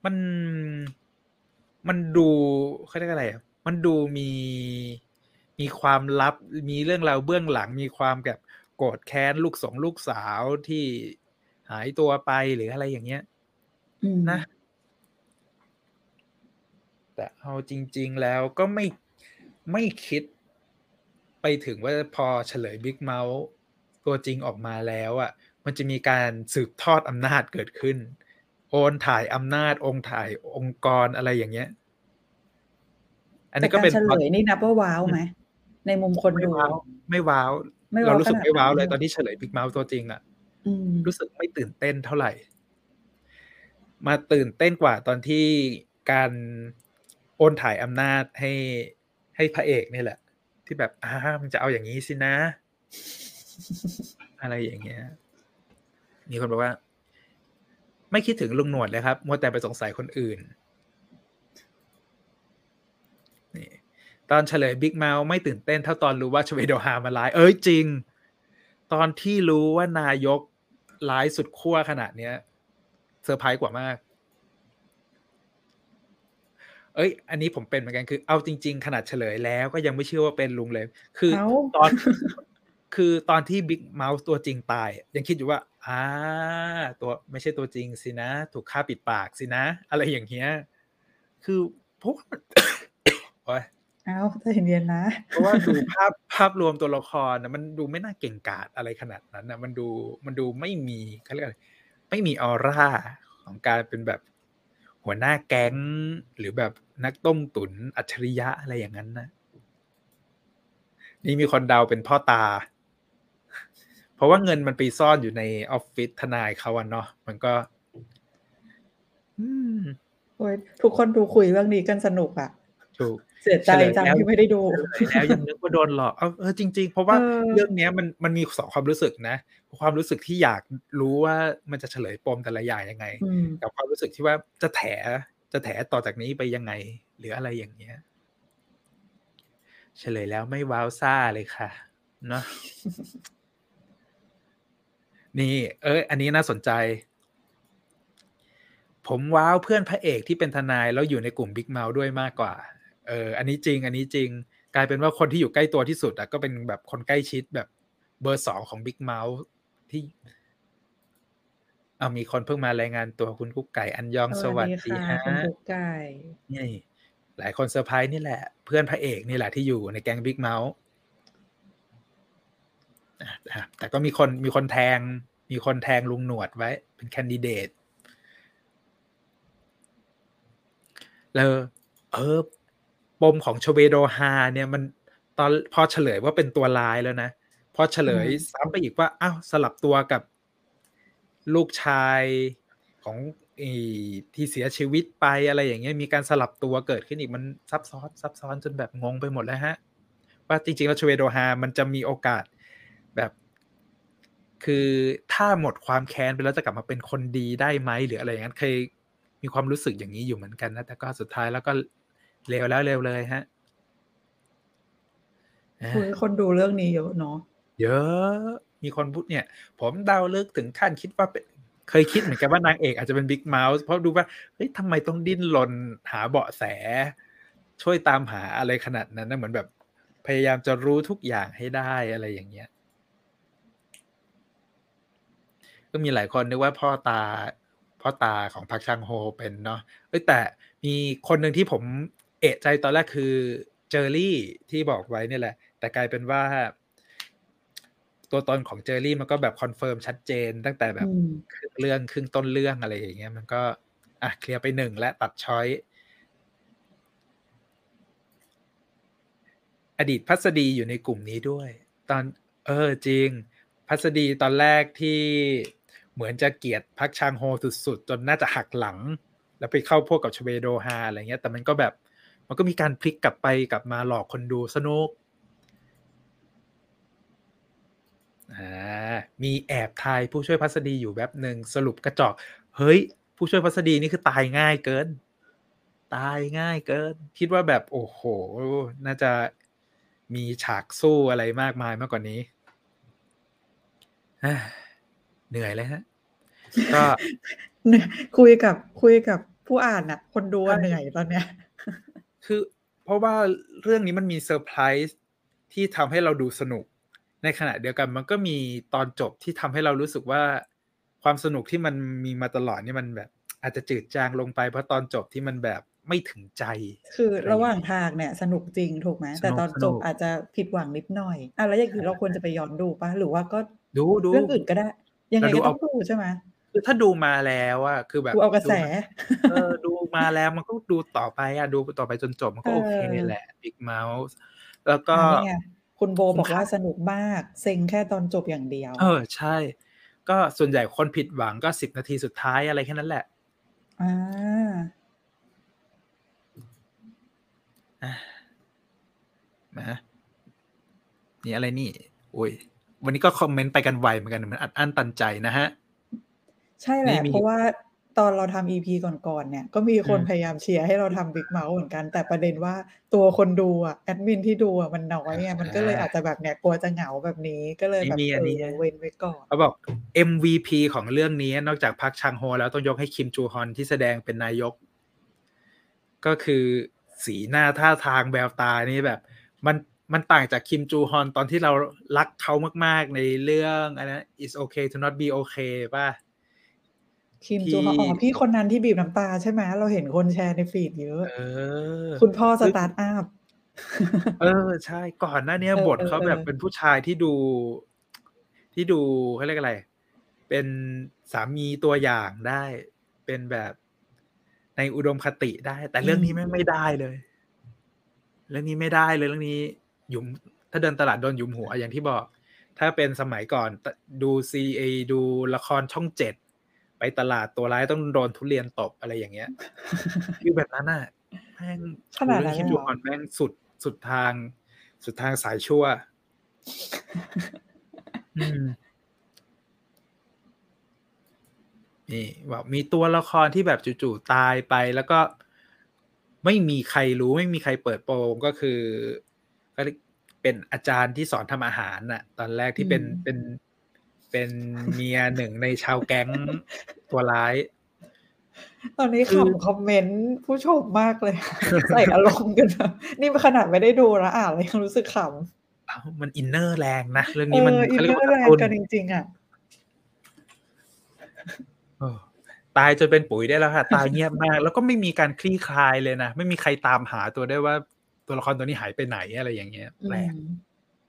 มันดู เขาเรียกอะไรอะ มันดูมีความลับ มีเรื่องราวเบื้องหลัง มีความแบบโกรธแค้นลูกสาวที่หายตัวไป หรืออะไรอย่างเงี้ย นะแต่เอาจริงๆแล้วก็ไม่คิดไปถึงว่าพอเฉลย Big Mouth ตัวจริงออกมาแล้วอะมันจะมีการสืบทอดอำนาจเกิดขึ้นโอนถ่ายอำนาจองค์ถ่ายองค์กรอะไรอย่างเงี้ยอันแต่นี้ก็เป็นการเฉลยนี่นับว่าว้าวไหมในมุมคนดูไม่ว้าวไม่ว้าวไม่เราว้าวขนาดรู้สึกไม่ว้าวนั้นเลยตอนที่เฉลย Big Mouth ตัวจริงอะรู้สึกไม่ตื่นเต้นเท่าไหร่มาตื่นเต้นกว่าตอนที่การโอนถ่ายอำนาจให้พระเอกนี่แหละที่แบบมันจะเอาอย่างนี้สินะ อะไรอย่างเงี้ยมีคนบอกว่าไม่คิดถึงลุงหนวดเลยครับมัวแต่ไปสงสัยคนอื่นนี่ตอนเฉลย Big Mouth ไม่ตื่นเต้นเท่าตอนรู้ว่าชเวโดฮามาร้ายจริงตอนที่รู้ว่านายกร้ายสุดขั้วขนาดเนี้ยเซอร์ไพรส์กว่ามากอันนี้ผมเป็นเหมือนกันคือเอาจริงๆขนาดเฉลยแล้วก็ยังไม่เชื่อว่าเป็นลุงเลยคือตอนที่ Big Mouth ตัวจริงตายยังคิดอยู่ว่าตัวไม่ใช่ตัวจริงสินะถูกฆ่าปิดปากสินะอะไรอย่างเงี้ยคือเพราะว่ามัน โอ๊ยใจเย็นๆนะเพราะว่าดูภาพรวมตัวละครนะมันดูไม่น่าเก่งกาจอะไรขนาดนั้นนะมันดูไม่มีเขาเรียกอะไรไม่มีออร่าของการเป็นแบบหัวหน้าแก๊งหรือแบบนักต้มตุ๋นอัจฉริยะอะไรอย่างนั้นนะนี่มีคนเดาเป็นพ่อตาเพราะว่าเงินมันไปซ่อนอยู่ในออฟฟิศทนายเขาเนาะมันก็ทุกคนดูคุยเรื่องนี้กันสนุกอ่ะถูกเสียใจจังที่ไม่ได้ดูแล้วยังนึกว่าโดนหลอกจริงๆเพราะว่าเรื่องนี้มันมีสองความรู้สึกนะความรู้สึกที่อยากรู้ว่ามันจะเฉลยปมแต่ละอย่างยังไงกับความรู้สึกที่ว่าจะแถต่อจากนี้ไปยังไงหรืออะไรอย่างเงี้ยเฉลยแล้วไม่ว้าวซ่าเลยค่ะเนาะนี่อันนี้น่าสนใจผมว้าวเพื่อนพระเอกที่เป็นทนายแล้วอยู่ในกลุ่ม Big Mouth ด้วยมากกว่าอันนี้จริงกลายเป็นว่าคนที่อยู่ใกล้ตัวที่สุดก็เป็นแบบคนใกล้ชิดแบบเบอร์2ของ Big Mouth ที่มีคนเพิ่งมารายงานตัวคุณกุ๊กไก่อันยองสวัสดีฮะคุณกุ๊กไก่นี่หลายคนเซอร์ไพรส์นี่แหละเพื่อนพระเอกนี่แหละที่อยู่ในแก๊ง Big Mouth แต่ก็มีคนแทงลุงหนวดไว้เป็นแคนดิเดตแล้วปมของชเวโดฮาเนี่ยมันตอนพอเฉลยว่าเป็นตัวร้ายแล้วนะพอเฉลยซ้ำไปอีกว่าสลับตัวกับลูกชายของที่เสียชีวิตไปอะไรอย่างเงี้ยมีการสลับตัวเกิดขึ้นอีกมันซับซ้อนจนแบบงงไปหมดแล้วฮะว่าจริงๆแล้วชเวโดฮามันจะมีโอกาสแบบคือถ้าหมดความแค้นไปแล้วจะกลับมาเป็นคนดีได้ไหมหรืออะไรอย่างนั้นเคยมีความรู้สึกอย่างนี้อยู่เหมือนกันนะแต่ก็สุดท้ายแล้วก็เลวแล้วเลวเลยฮะคนดูเรื่องนี้เยอะเนาะเยอะมีคนพูดเนี่ยผมเดาลึกถึงขั้นคิดว่าเคยคิดเหมือนกันว่านางเอกอาจจะเป็นบิ๊กเมาส์เพราะดูว่าเฮ้ยทำไมต้องดิ้นรนหาเบาะแสช่วยตามหาอะไรขนาดนั้นนะเหมือนแบบพยายามจะรู้ทุกอย่างให้ได้อะไรอย่างเงี้ยก็มีหลายคนนึกว่าพ่อตาของพักชังโฮเป็นเนาะแต่มีคนหนึ่งที่ผมเอะใจตอนแรกคือเจอรี่ที่บอกไว้นี่แหละแต่กลายเป็นว่าตัวตนของเจอรี่มันก็แบบคอนเฟิร์มชัดเจนตั้งแต่แบบครึ่งต้นเรื่องอะไรอย่างเงี้ยมันก็เคลียร์ไป1และตัดช้อยอดีตพัสดีอยู่ในกลุ่มนี้ด้วยตอนจริงพัสดีตอนแรกที่เหมือนจะเกลียดพักชางโฮสุดๆจนน่าจะหักหลังแล้วไปเข้าพวกกับชเวโดฮาอะไรเงี้ยแต่มันก็แบบมันก็มีการพลิกกลับไปกลับมาหลอกคนดูสนุกมีแอบทายผู้ช่วยพัสดีอยู่แป๊บหนึ่งสรุปกระจอกเฮ้ยผู้ช่วยพัสดีนี่คือตายง่ายเกินคิดว่าแบบโอ้โหน่าจะมีฉากสู้อะไรมากมายมากกว่านี้เหนื่อยเลยฮะก็คุยกับผู้อ่านน่ะคนดูเหนื่อยตอนเนี้ยคือเพราะว่าเรื่องนี้มันมีเซอร์ไพรส์ที่ทำให้เราดูสนุกในขณะเดียวกันมันก็มีตอนจบที่ทำให้เรารู้สึกว่าความสนุกที่มันมีมาตลอดนี่มันแบบอาจจะจืดจางลงไปเพราะตอนจบที่มันแบบไม่ถึงใจคืออะไรระหว่างอย่างเงี้ยทางเนี่ยสนุกจริงถูกไหมสแต่ตอนจบนุก ๆอาจจะผิดหวังนิดหน่อย แล้วอย่างใชงี้เราควรจะไปย้อนดูเปล่า? หรือว่าก็ดูเรื่องอื่นก็ได้ ยัๆ เงรไาดูเองก็ต้าองดูใช่ไหม? คือถ้าดูมาแล้วอะ คือแบดูบเอากระแสดูมา ดูมาแล้วมันก็ดูต่อไปอะ ดูต่อไปจนจบมันเก็โอเคแหออละ Big Mouth แล้วก็นี่ไง คุณโบคุ้มคบอกว่่าาสนุกมาก เซ็งแค่ตอนจบอย่างเดียวใช่ ก็ส่วนใหญ่คนผิดหวังก็ 10 นาทีสุดท้าย อะไรแค่นั้นแหละอาอา นะ นี่อะไรนี่ อุ๊ย วันนี้ก็คอมเมนต์ไปกันไวเหมือนกัน เหมือนอัดอั้นตันใจนะครับใช่แไหมล่ะมเีพราะว่าตอนเราทำ EP ก่อน ๆ เนี่ย ก็มีอืมคนพยายามเชียร์ให้เราทำ Big Mouth เหมือนกัน แต่ประเด็นว่าตัวคนดูอะ แอดมินที่ดูอะมันน้อยไง มันก็เลยอาจอาจะแบบเนี่ยกลัวจะเหงาแบบนี้ ก็เลยแบบมี อันนี้เว้นไว้ก่อนเขาบอก MVP ของเรื่องนี้นอกจาก Park Chan-ho แล้วต้องยกให้ Kim Joo-hyun ที่แสดงเป็นนายก ก็คือสีหน้า ท่าทาง แววตานี่แบบ มันต่างจาก Kim Joo-hyun ตอนที่เรารักเขามาก ๆ ในเรื่องอะไรนะ It's Okay to Not Be Okay เปล่า? Kim ท Joo ี่ Hyun อ๋อ พี่คนนั้นที่บีบน้ำตาใช่ไหม? เราเห็นคนแชร์ในฟีดเยอะเออคุณพ่อซึ่งสตาร์ตอัปใช่ ก่อนหน้าเนี้ยเอบทเขาแบบอ ๆ ๆเป็นผู้ชายที่ดู ที่ดู เขาเรียกอะไร เป็นสามีตัวอย่างได้ เป็นแบบในอุดมคติได้ แต่อืเรื่องนี้แม่งไม่มได้เลย เรื่องนี้ไม่ได้เลย เรื่องนี้หยุม ถ้าเดินตลาดโดนหยุมหัวอย่างที่บอก ถ้าเป็นสมัยก่อน ต ดูดูละครช่อง 7 ไปตลาดตัวร้ายต้องโดนทุเรียนตบ อะไรอย่างเงี้ย ฟีลแบบนั้นน่ะ แม่งขโอ้โฮนาเดรื่องนั้นเล Kim ยเหรอ? Joo-hyun แม่งสุดทาง สุดทางสายชั่ว อืม นี่แบบมีตัวละครที่แบบจู่ ๆ ตายไป แล้วก็ไม่มีใครรู้ ไม่มีใครเปิดโปง ก็คือ เขาเรียก เป็นอาจารย์ที่สอนทำอาหารน่ะ ตอนแรกอที่ืเป็นมเป็นเมียหนึ่งในชาวแก๊งตัวร้ายตอนนี้คขือำคอมเมนต์ผู้ชมมากเลย ใส่อารมณ์กันแบบ นี่ขนาดไม่ได้ดูนะ อ่านแล้วยังรู้สึกขำอ้าว มันอินเนอร์แรงนะ เรื่องนี้มัน เอขาินเรีเยนอรกว่าก์ระตุแรง้นกันจริง ๆ อะเออ ตายจนเป็นปุ๋ยได้แล้วค่ะ ตายเงียบมาก แล้วก็ไม่มีการคลี่คลายเลยนะ ไม่มีใครตามหาตัวได้ว่า ตัวละครตัวนี้หายไปไหน อะไรอย่างเงี้ยอืแปลกม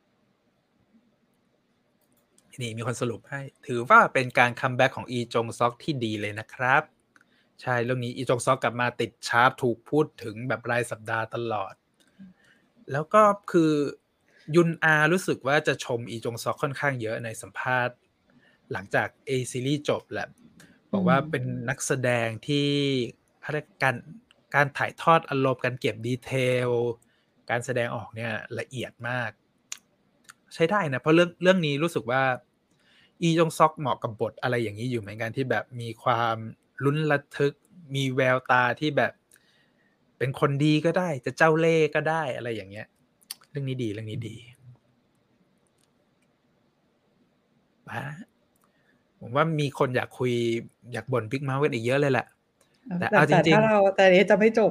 นี่มีคนสรุปให้ ถือว่าเป็นการคัมแบ็กของ Lee Jong-suk ที่ดีเลยนะครับ ใช่ เรื่องนี้ Lee Jong-suk กลับมาติดชาร์ต ถูกพูดถึงแบบรายสัปดาห์ตลอด แล้วก็คือ Yoon Ah รู้สึกว่าจะชม Lee Jong-suk ค่อนข้างเยอะในสัมภาษณ์ หลังจากไอ้ซีรีส์จบแหละอบือกว่ามเป็นนักแสดงที่ เขาเรียก การถ่ายทอดอารมณ์ การเก็บ detail การแสดงออกเนี่ยละเอียดมาก ใช้ได้นะ เพราะเรื่องนี้รู้สึกว่า Lee Jong-suk เหมาะกับบทอะไรอย่างงี้อยู่เหมือนกัน ที่แบบมีความลุ้นระทึก มีแววตาที่แบบเป็นคนดีก็ได้ จะเจ้าเล่ห์ก็ได้ อะไรอย่างเงี้ย เรื่องนี้ดี เรื่องนี้ดี ผมว่ามีคนอยากคุย อยากบ่น Big Mouth กันอีกเยอะเลยแหละเออแต่แเอาจต่ถร้ิางเรๆา แต่อันนี้จะไม่จบ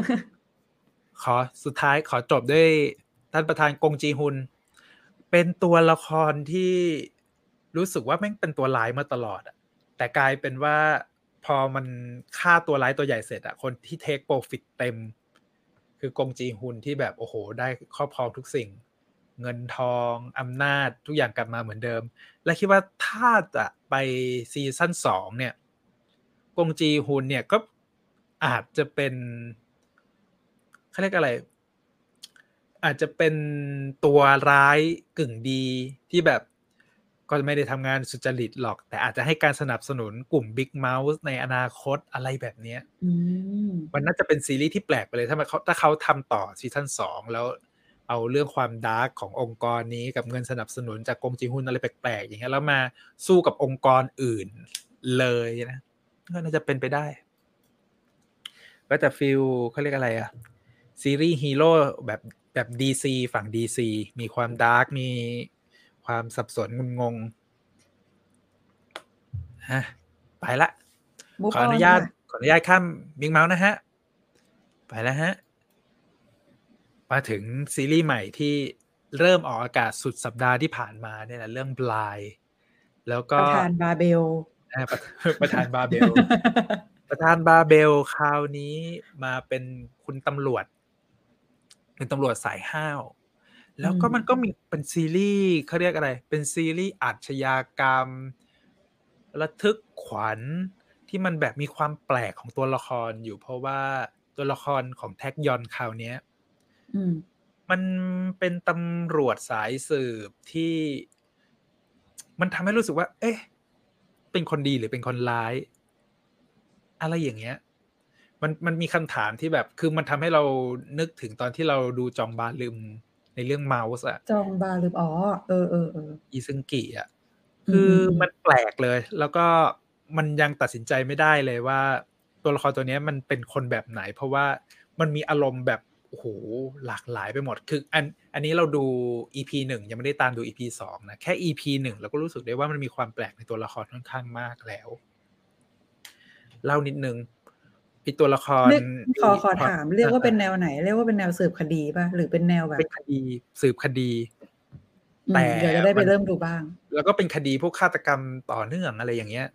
สุดท้ายขอจบด้วยท่านประธาน Gong Ji-hoon เป็นตัวละครที่รู้สึกว่าแม่งเป็นตัวร้ายมาตลอดอะ แต่กลายเป็นว่าพอมันฆ่าตัวร้ายตัวใหญ่เสร็จอะ คนที่ take profit เต็ม คือ Gong Ji-hoon ที่แบบ โอ้โฮ ได้ครอบครองทุกสิ่ง เงินทอง อำนาจ ทุกอย่างกลับมาเหมือนเดิม และคิดว่าถ้าจะไปซีซัน 2 เนี่ย Gong Ji-hoon เนี่ยก็อาจจะเป็น เขาเรียกอะไร อาจจะเป็นตัวร้ายกึ่งดีที่แบบ ก็ไม่ได้ทำงานสุจริตหรอก แต่อาจจะให้การสนับสนุนกลุ่ม Big Mouth ในอนาคต อะไรแบบเนี้ยอืมมันน่าจะเป็นซีรีส์ที่แปลกไปเลย ถ้าเขาทำต่อซีซัน 2 แล้วเอาเรื่องความดาร์กขององค์กรนี้กับเงินสนับสนุนจาก Gong Ji-hoon อะไรแปลก ๆ อย่างเงี้ย แล้วมาสู้กับองค์กรอื่นเลยนะ ก็น่าจะเป็นไปได้ ก็จะฟีล เขาเรียกอะไรอะ ซีรีส์ฮีโรแบบ DC ฝั่ง DC มีความดาร์ก มีความสับสนงุนงง ไปแล้ว ข Move ออนุ on ญาตค่ะขออนุญาตข้าม Big Mouth นะครับ ไปแล้วครับ มาถึงซีรีส์ใหม่ที่เริ่มออกอากาศสุดสัปดาห์ที่ผ่านมาเนี่ยแหละ เรื่อง Blind แล้วก็ประธาน Babel ประธาน Babel ประธานบาเบลคราวนี้มาเป็นคุณตำรวจเป็นตำรวจสายห้าวแล้วก็มันก็มีเป็นซีรีส์เขาเรียกอะไรเป็นซีรีส์อาชญากรรมระทึกขวัญที่มันแบบมีความแปลกของตัวละครอยู่เพราะว่าตัวละครของแท็กยอนคราวเนี้ยมันเป็นตำรวจสายสืบที่มันทำให้รู้สึกว่าเอ๊ะเป็นคนดีหรือเป็นคนร้ายอะไรอย่างเงี้ยมันมีคำถามที่แบบคือมันทำให้เรานึกถึงตอนที่เราดูจองบาลืมในเรื่องเมาส์อะจองบาลืมอ๋ออีซึงกิอะคือมันแปลกเลยแล้วก็มันยังตัดสินใจไม่ได้เลยว่าตัวละครตัวนี้มันเป็นคนแบบไหนเพราะว่ามันมีอารมณ์แบบโอ้โหหลากหลายไปหมดคืออันนี้เราดู EP 1ยังไม่ได้ตามดู EP 2นะแค่ EP 1เราก็รู้สึกได้ว่ามันมีความแปลกในตัวละครค่อนข้างมากแล้วเล่านิดนึงไอ้ตัวละครขอถามเรียกว่าเป็นแนวไหนเรียกว่าเป็นแนวสืบคดีป่ะหรือเป็นแนวแบบเป็นคดีสืบคดีแต่เดี๋ยวจะได้ไปเริ่มดูบ้างแล้วก็เป็นคดีพวกฆาตกรรมต่อเนื่องอะไรอย่างเงี้ย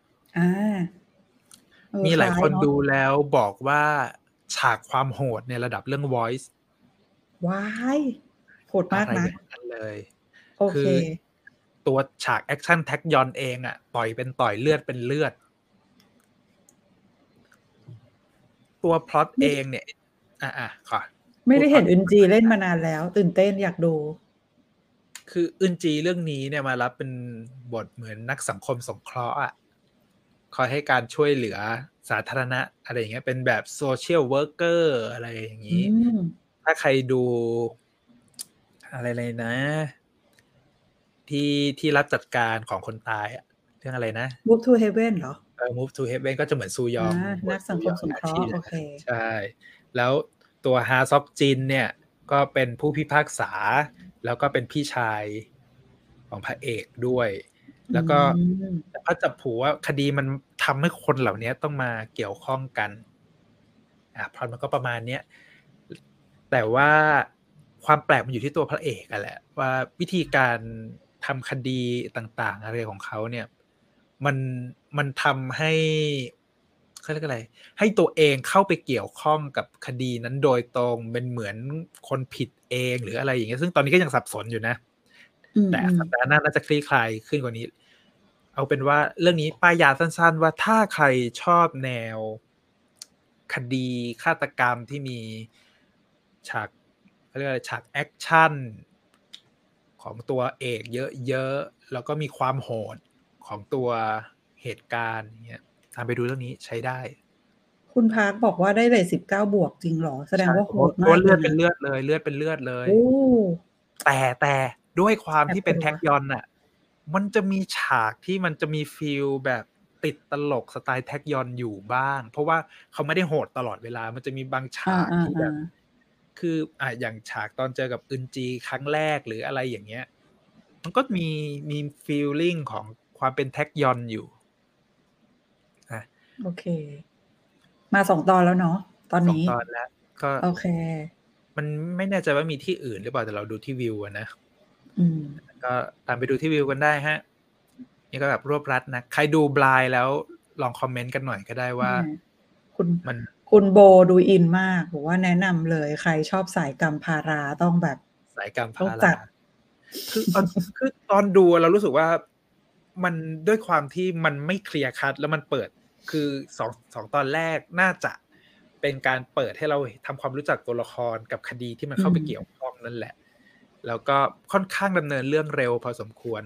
มีหลายคนดูแล้วบอกว่าฉากความโหดในระดับเรื่อง Voice ว้ายโหดมากนะนั่นเลยโอเคคือตัวฉากแอคชั่นแท็กยอนเองอะต่อยเป็นต่อยเลือดเป็นเลือดตัวพล็อตเองเนี่ยค่ะไม่ได้เห็นอึนจีเล่นมานานแล้วตื่นเต้นอยากดูคืออึนจีเรื่องนี้เนี่ยมารับเป็นบทเหมือนนักสังคมสงเคราะห์อะคอยให้การช่วยเหลือสาธารณะอะไรอย่างเงี้ยเป็นแบบโซเชียลเวิร์กเกอร์อะไรอย่างนี้ถ้าใครดูอะไรเลยนะที่รับจัดการของคนตายอะเรื่องอะไรนะ Move to Heaven เหรอ Move to Heaven ก็จะเหมือนซูยองนักสังคมสงเคราะห์โอเคใช่แล้วตัวฮาซอกจินเนี่ยก็เป็นผู้พิพากษาแล้วก็เป็นพี่ชายของพระเอกด้วยแล้วก็พระจับผูว่าคดีมันทำให้คนเหล่านี้ต้องมาเกี่ยวข้องกันพล็อตมันก็ประมาณนี้แต่ว่าความแปลกมันอยู่ที่ตัวพระเอกอะแหละว่าวิธีการทำคดีต่างๆอะไรของเขาเนี่ยมันทำให้เขาเรียกอะไรให้ตัวเองเข้าไปเกี่ยวข้องกับคดีนั้นโดยตรงเป็นเหมือนคนผิดเองหรืออะไรอย่างเงี้ยซึ่งตอนนี้ก็ยังสับสนอยู่นะแต่สัปดาห์หน้าน่าจะคลี่คลายขึ้นกว่านี้เอาเป็นว่าเรื่องนี้ป้ายยาสั้นๆว่าถ้าใครชอบแนวคดีฆาตกรรมที่มีฉากเขาเรียกอะไรฉากแอคชั่นของตัวเอกเยอะๆแล้วก็มีความโหดของตัวเหตุการณ์อย่างเงี้ยตามไปดูเรื่องนี้ใช้ได้คุณพาร์คบอกว่าได้เรท19 บวกจริงหรอแสดงว่าโหดมากเลือดเป็นเลือดเลยแต่ด้วยความที่เป็นแท็กยอนน่ะมันจะมีฉากที่มันจะมีฟีลแบบติดตลกสไตล์แท็กยอนอยู่บ้างเพราะว่าเขาไม่ได้โหดตลอดเวลามันจะมีบางฉากที่แบบคืออย่างฉากตอนเจอกับอึนจีครั้งแรกหรืออะไรอย่างเงี้ยมันก็มีฟีลลิ่งของความเป็นแท็กยอนอยู่โอเคมา2 ตอนแล้วเนาะตอนนี้ 2 ตอนแล้วก็โอเคมันไม่แน่ใจว่ามีที่อื่นหรือเปล่าแต่เราดูที่วิวนะก็ตามไปดูที่วิวกันได้ฮะนี่ก็แบบรวบรัดนะใครดูบลายแล้วลองคอมเมนต์กันหน่อยก็ได้ว่าคุณโบดูอินมากบอกว่าแนะนำเลยใครชอบสายกัมพาราต้องแบบสายกัมพาราคือตอนดูเรารู้สึกว่ามันด้วยความที่มันไม่เคลียร์คัทแล้วมันเปิดคือสองตอนแรกน่าจะเป็นการเปิดให้เราทำความรู้จักตัวละครกับคดีที่มันเข้าไปเกี่ยวข้องนั่นแหละแล้วก็ค่อนข้างดำเนินเรื่องเร็วพอสมควร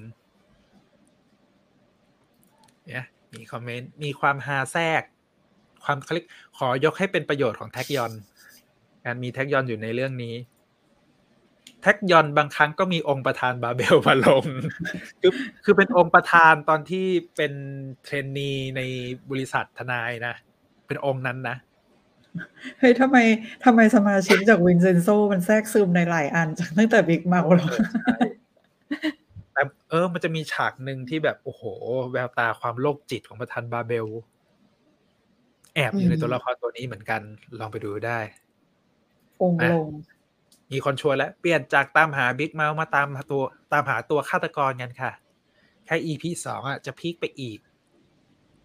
เนี่ยมีคอมเมนต์มีความฮาแทรกความคลิกขอยกให้เป็นประโยชน์ของแท็กยอนการมีแท็กยอนอยู่ในเรื่องนี้แท็กยอนบางครั้งก็มีองค์ประธานบาเบลมาลงคือเป็นองค์ประธานตอนที่เป็นเทรนนีในบริษัททนายนะเป็นองค์นั้นนะเฮ้ยทำไมสมาชิกจากวินเซนโซมันแทรกซึมในหลายอันจากตั้งแต่บิ๊กเมาแล้วแต่มันจะมีฉากหนึ่งที่แบบโอ้โหแววตาความโรคจิตของประธานบาเบลแอบอยู่ในตัวละครตัวนี้เหมือนกันลองไปดูได้องค์ลงมีคนชวนแล้วเปลี่ยนจากตามหาบิ๊กเมาส์มาตามหาตัวฆาตกรกันค่ะแค่ EP 2จะพีคไปอีก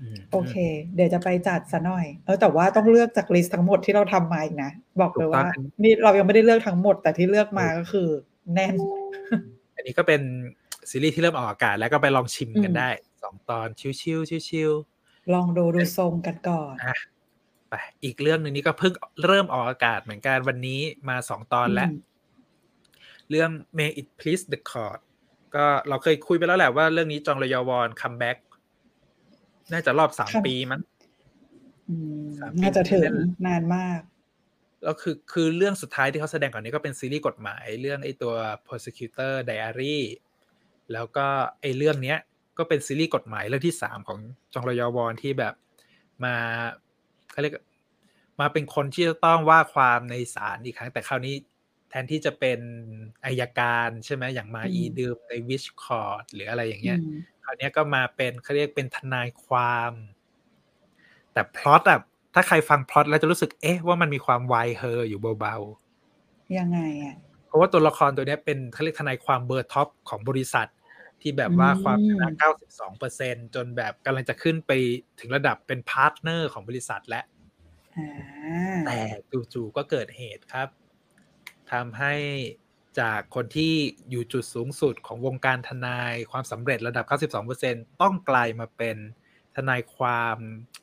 โอเคเดี๋ยวจะไปจัดซะหน่อยแต่ว่าต้องเลือกจากลิสต์ทั้งหมดที่เราทำมาอีกนะบอกเลยว่านี่เรายังไม่ได้เลือกทั้งหมดแต่ที่เลือกมาก็คือแน่นอันนี้ก็เป็นซีรีส์ที่เริ่มออกอากาศแล้วก็ไปลองชิมกันได้2 ตอนชิลๆลองดูทรงกันก่อนไปอีกเรื่องนึงนี้ก็เพิ่งเริ่มออกอากาศเหมือนกันวันนี้มา2 ตอนแล้วเรื่อง May It Please the Court ก็เราเคยคุยไปแล้วแหละว่าเรื่องนี้จองรยาวอนคัมแบ็กน่าจะรอบ3 ปีมั้งน่าจะถึงนานมากแล้วคือเรื่องสุดท้ายที่เขาแสดงก่อนนี้ก็เป็นซีรีส์กฎหมายเรื่องไอ้ตัว Prosecutor Diary แล้วก็ไอ้เรื่องเนี้ยก็เป็นซีรีส์กฎหมายเรื่องที่3ของจองรยาวอนที่แบบมาเขาเรียกมาเป็นคนที่จะต้องว่าความในศาลอีกครั้งแต่คราวนี้แทนที่จะเป็นอัยการใช่ไหมอย่างมาอีดืมในวิชคอร์ดหรืออะไรอย่างเงี้ยคราวนี้ก็มาเป็นเขาเรียกเป็นทนายความแต่พล็อตอะถ้าใครฟังพล็อตแล้วจะรู้สึกว่ามันมีความวายเฮออยู่เบาๆยังไงอ่ะเพราะว่าตัวละครตัวนี้เป็นเขาเรียกทนายความเบอร์ท็อปของบริษัทที่แบบว่าความชนะ 92% จนแบบกำลังจะขึ้นไปถึงระดับเป็นพาร์ทเนอร์ของบริษัทแล้วแต่จู่ๆก็เกิดเหตุครับทำให้จากคนที่อยู่จุดสูงสุดของวงการทนายความสำเร็จระดับ 92% ต้องกลายมาเป็นทนายความ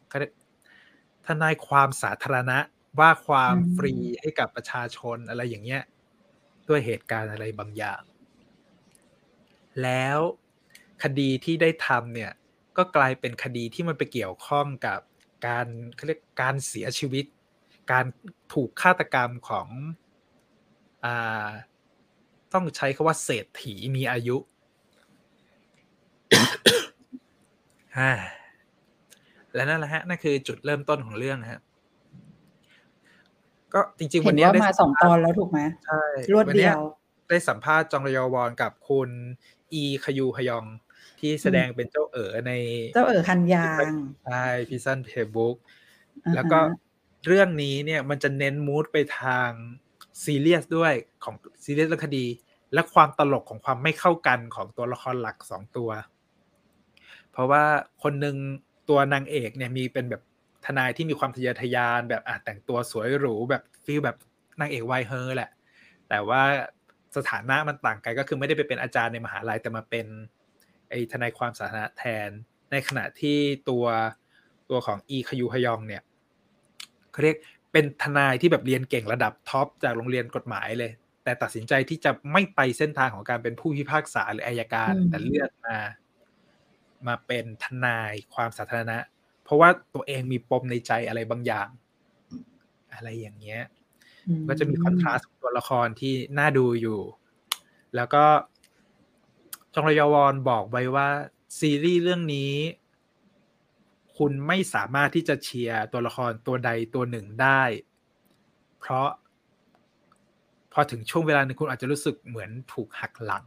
สาธารณะว่าความฟรีให้กับประชาชนอะไรอย่างเงี้ยด้วยเหตุการณ์อะไรบางอย่างแล้วคดีที่ได้ทำเนี่ยก็กลายเป็นคดีที่มันไปเกี่ยวข้องกับการเขาเรียกการเสียชีวิตการถูกฆาตกรรมของต้องใช้คำว่าเศรษฐีมีอายุ และนั่นแหละฮะนั่นคือจุดเริ่มต้นของเรื่องฮะก็จริงๆวันนี้ได้มา2 ตอนแล้วถูกไหมใช่รวดเดียวได้สัมภาษณ์จองรยาวอนกับคุณอีคยูฮยองที่แสดงเป็นเจ้าในเจ้าคันยางใช่พิซันเพย์บุ๊กแล้วก็เรื่องนี้เนี่ยมันจะเน้นมูดไปทางซีเรียสด้วยของซีเรียสเรื่องคดีและความตลกของความไม่เข้ากันของตัวละครหลัก2 ตัวเพราะว่าคนหนึ่งตัวนางเอกเนี่ยมีเป็นแบบทนายที่มีความทะเยอทะยานแบบแต่งตัวสวยหรูแบบฟีลแบบนางเอกวายเฮอร์แหละแต่ว่าสถานะมันต่างกันก็คือไม่ได้ไปเป็นอาจารย์ในมหาลัยแต่มาเป็นไอ้ทนายความสาธารณะแทนในขณะที่ตัวของอีคยูฮยองเนี่ยเขาเรียกเป็นทนายที่แบบเรียนเก่งระดับท็อปจากโรงเรียนกฎหมายเลยแต่ตัดสินใจที่จะไม่ไปเส้นทางของการเป็นผู้พิพากษาหรืออัยการแต่เลือกมาเป็นทนายความสาธารณะเพราะว่าตัวเองมีปมในใจอะไรบางอย่างอะไรอย่างเงี้ยก็จะมีคอนทราสต์ของตัวละครที่น่าดูอยู่แล้วก็จองรยาวอนบอกไว้ว่าซีรีส์เรื่องนี้คุณไม่สามารถที่จะเชียร์ตัวละครตัวใดตัวหนึ่งได้เพราะพอถึงช่วงเวลานึงคุณอาจจะรู้สึกเหมือนถูกหักหลัง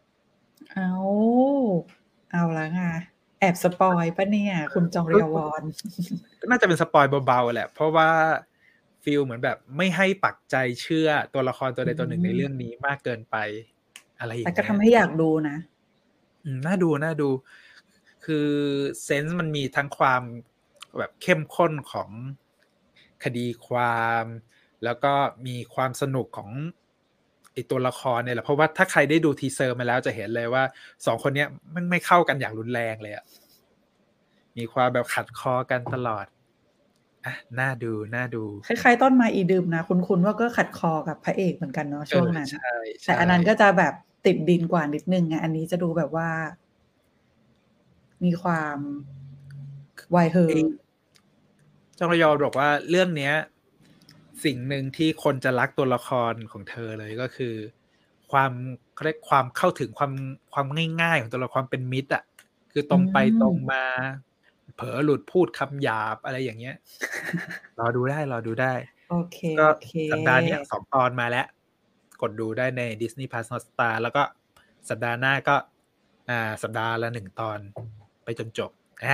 เอาละไงแอบสปอยปะเนี่ยคุณจองรยาวอนน่าจะเป็นสปอยเบาๆแหละเพราะว่าฟีลเหมือนแบบไม่ให้ปักใจเชื่อตัวละครตัวใดตัวหนึ่งในเรื่องนี้มากเกินไปอะไรอย่างเงี้ยแต่ก็ทำให้อยากดูนะน่าดูคือเซนส์มันมีทั้งความแบบเข้มข้นของคดีความแล้วก็มีความสนุกของไอตัวละครเนี่ยแหละเพราะว่าถ้าใครได้ดูทีเซอร์มาแล้วจะเห็นเลยว่า2 คนนี้มันไม่เข้ากันอย่างรุนแรงเลยอะมีความแบบขัดคอกันตลอดน่าดูคล้ายๆต้นไม้อีดึมนะคุณว่าก็ขัดคอกับพระเอกเหมือนกันเนาะช่วงนั้นแต่อันนั้นก็จะแบบติดดินกว่านิดนึงไงอันนี้จะดูแบบว่ามีความวายเฮอร์จองรยอบอกว่าเรื่องเนี้ยสิ่งหนึ่งที่คนจะรักตัวละครของเธอเลยก็คือความเรียกความเข้าถึงความง่ายๆของตัวละครเป็นมิตรอ่ะคือตรงไปตรงมาเผลอหลุดพูดคำหยาบอะไรอย่างเงี้ยรอดูได้โอเคก็สัปดาห์นี้2 ตอนมาแล้วกดดูได้ใน Disney Plus Hotstar แล้วก็สัปดาห์หน้าก็สัปดาห์ละ1 ตอนไปจนจบ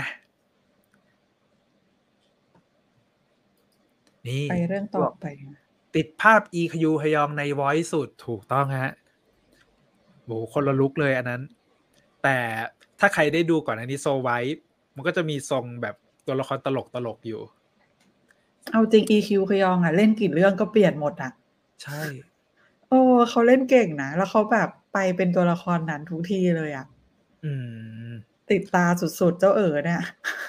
นี่ไปเรื่องต่อไปติดภาพอีคยูฮยองใน Voice สุดถูกต้องฮะโหคนละลุกเลยอันนั้นแต่ถ้าใครได้ดูก่อนอันนี้โซไวท์มันก็จะมีทรงแบบตัวละครตลกอยู่เอาจริง EQ คยองอ่ะเล่นกี่เรื่องก็เปลี่ยนหมดอ่ะใช่เขาเล่นเก่งนะแล้วเขาแบบไปเป็นตัวละครนั้นทุกทีเลยอ่ะติดตาสุดๆเจ้าเนี่ย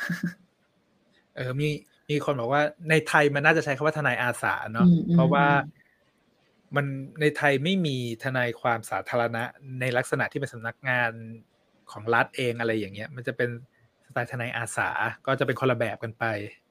มีคนบอกว่าในไทยมันน่าจะใช้คำว่าทนายอาสาเนาะเพราะว่ามันในไทยไม่มีทนายความสาธารณะในลักษณะที่เป็นสำนักงานของรัฐเองอะไรอย่างเงี้ยมันจะเป็นสไตล์ทนายอาสาก็จะเป็นคนละแบบกันไป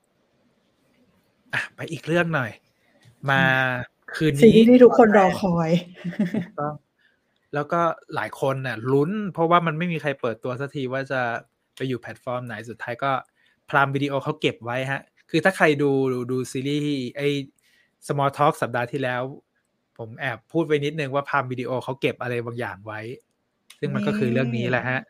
ไปอีกเรื่องหน่อยมาคืนนี้ที่ทุกคนรอคอยต้องแล้วก็หลายคนน่ะลุ้นเพราะว่ามันไม่มีใครเปิดตัวสักทีว่าจะไปอยู่แพลตฟอร์มไหนสุดท้ายก็พรามวิดีโอเขาเก็บไว้ฮะคือถ้าใครดูซีรีส์ไอ้ Small Talk สัปดาห์ที่แล้วผมแอบพูดไว้นิดนึงว่าพรามวิดีโอเขาเก็บอะไรบางอย่างไว้ซึ่งมันก็คือเรื่องนี้แหละฮะ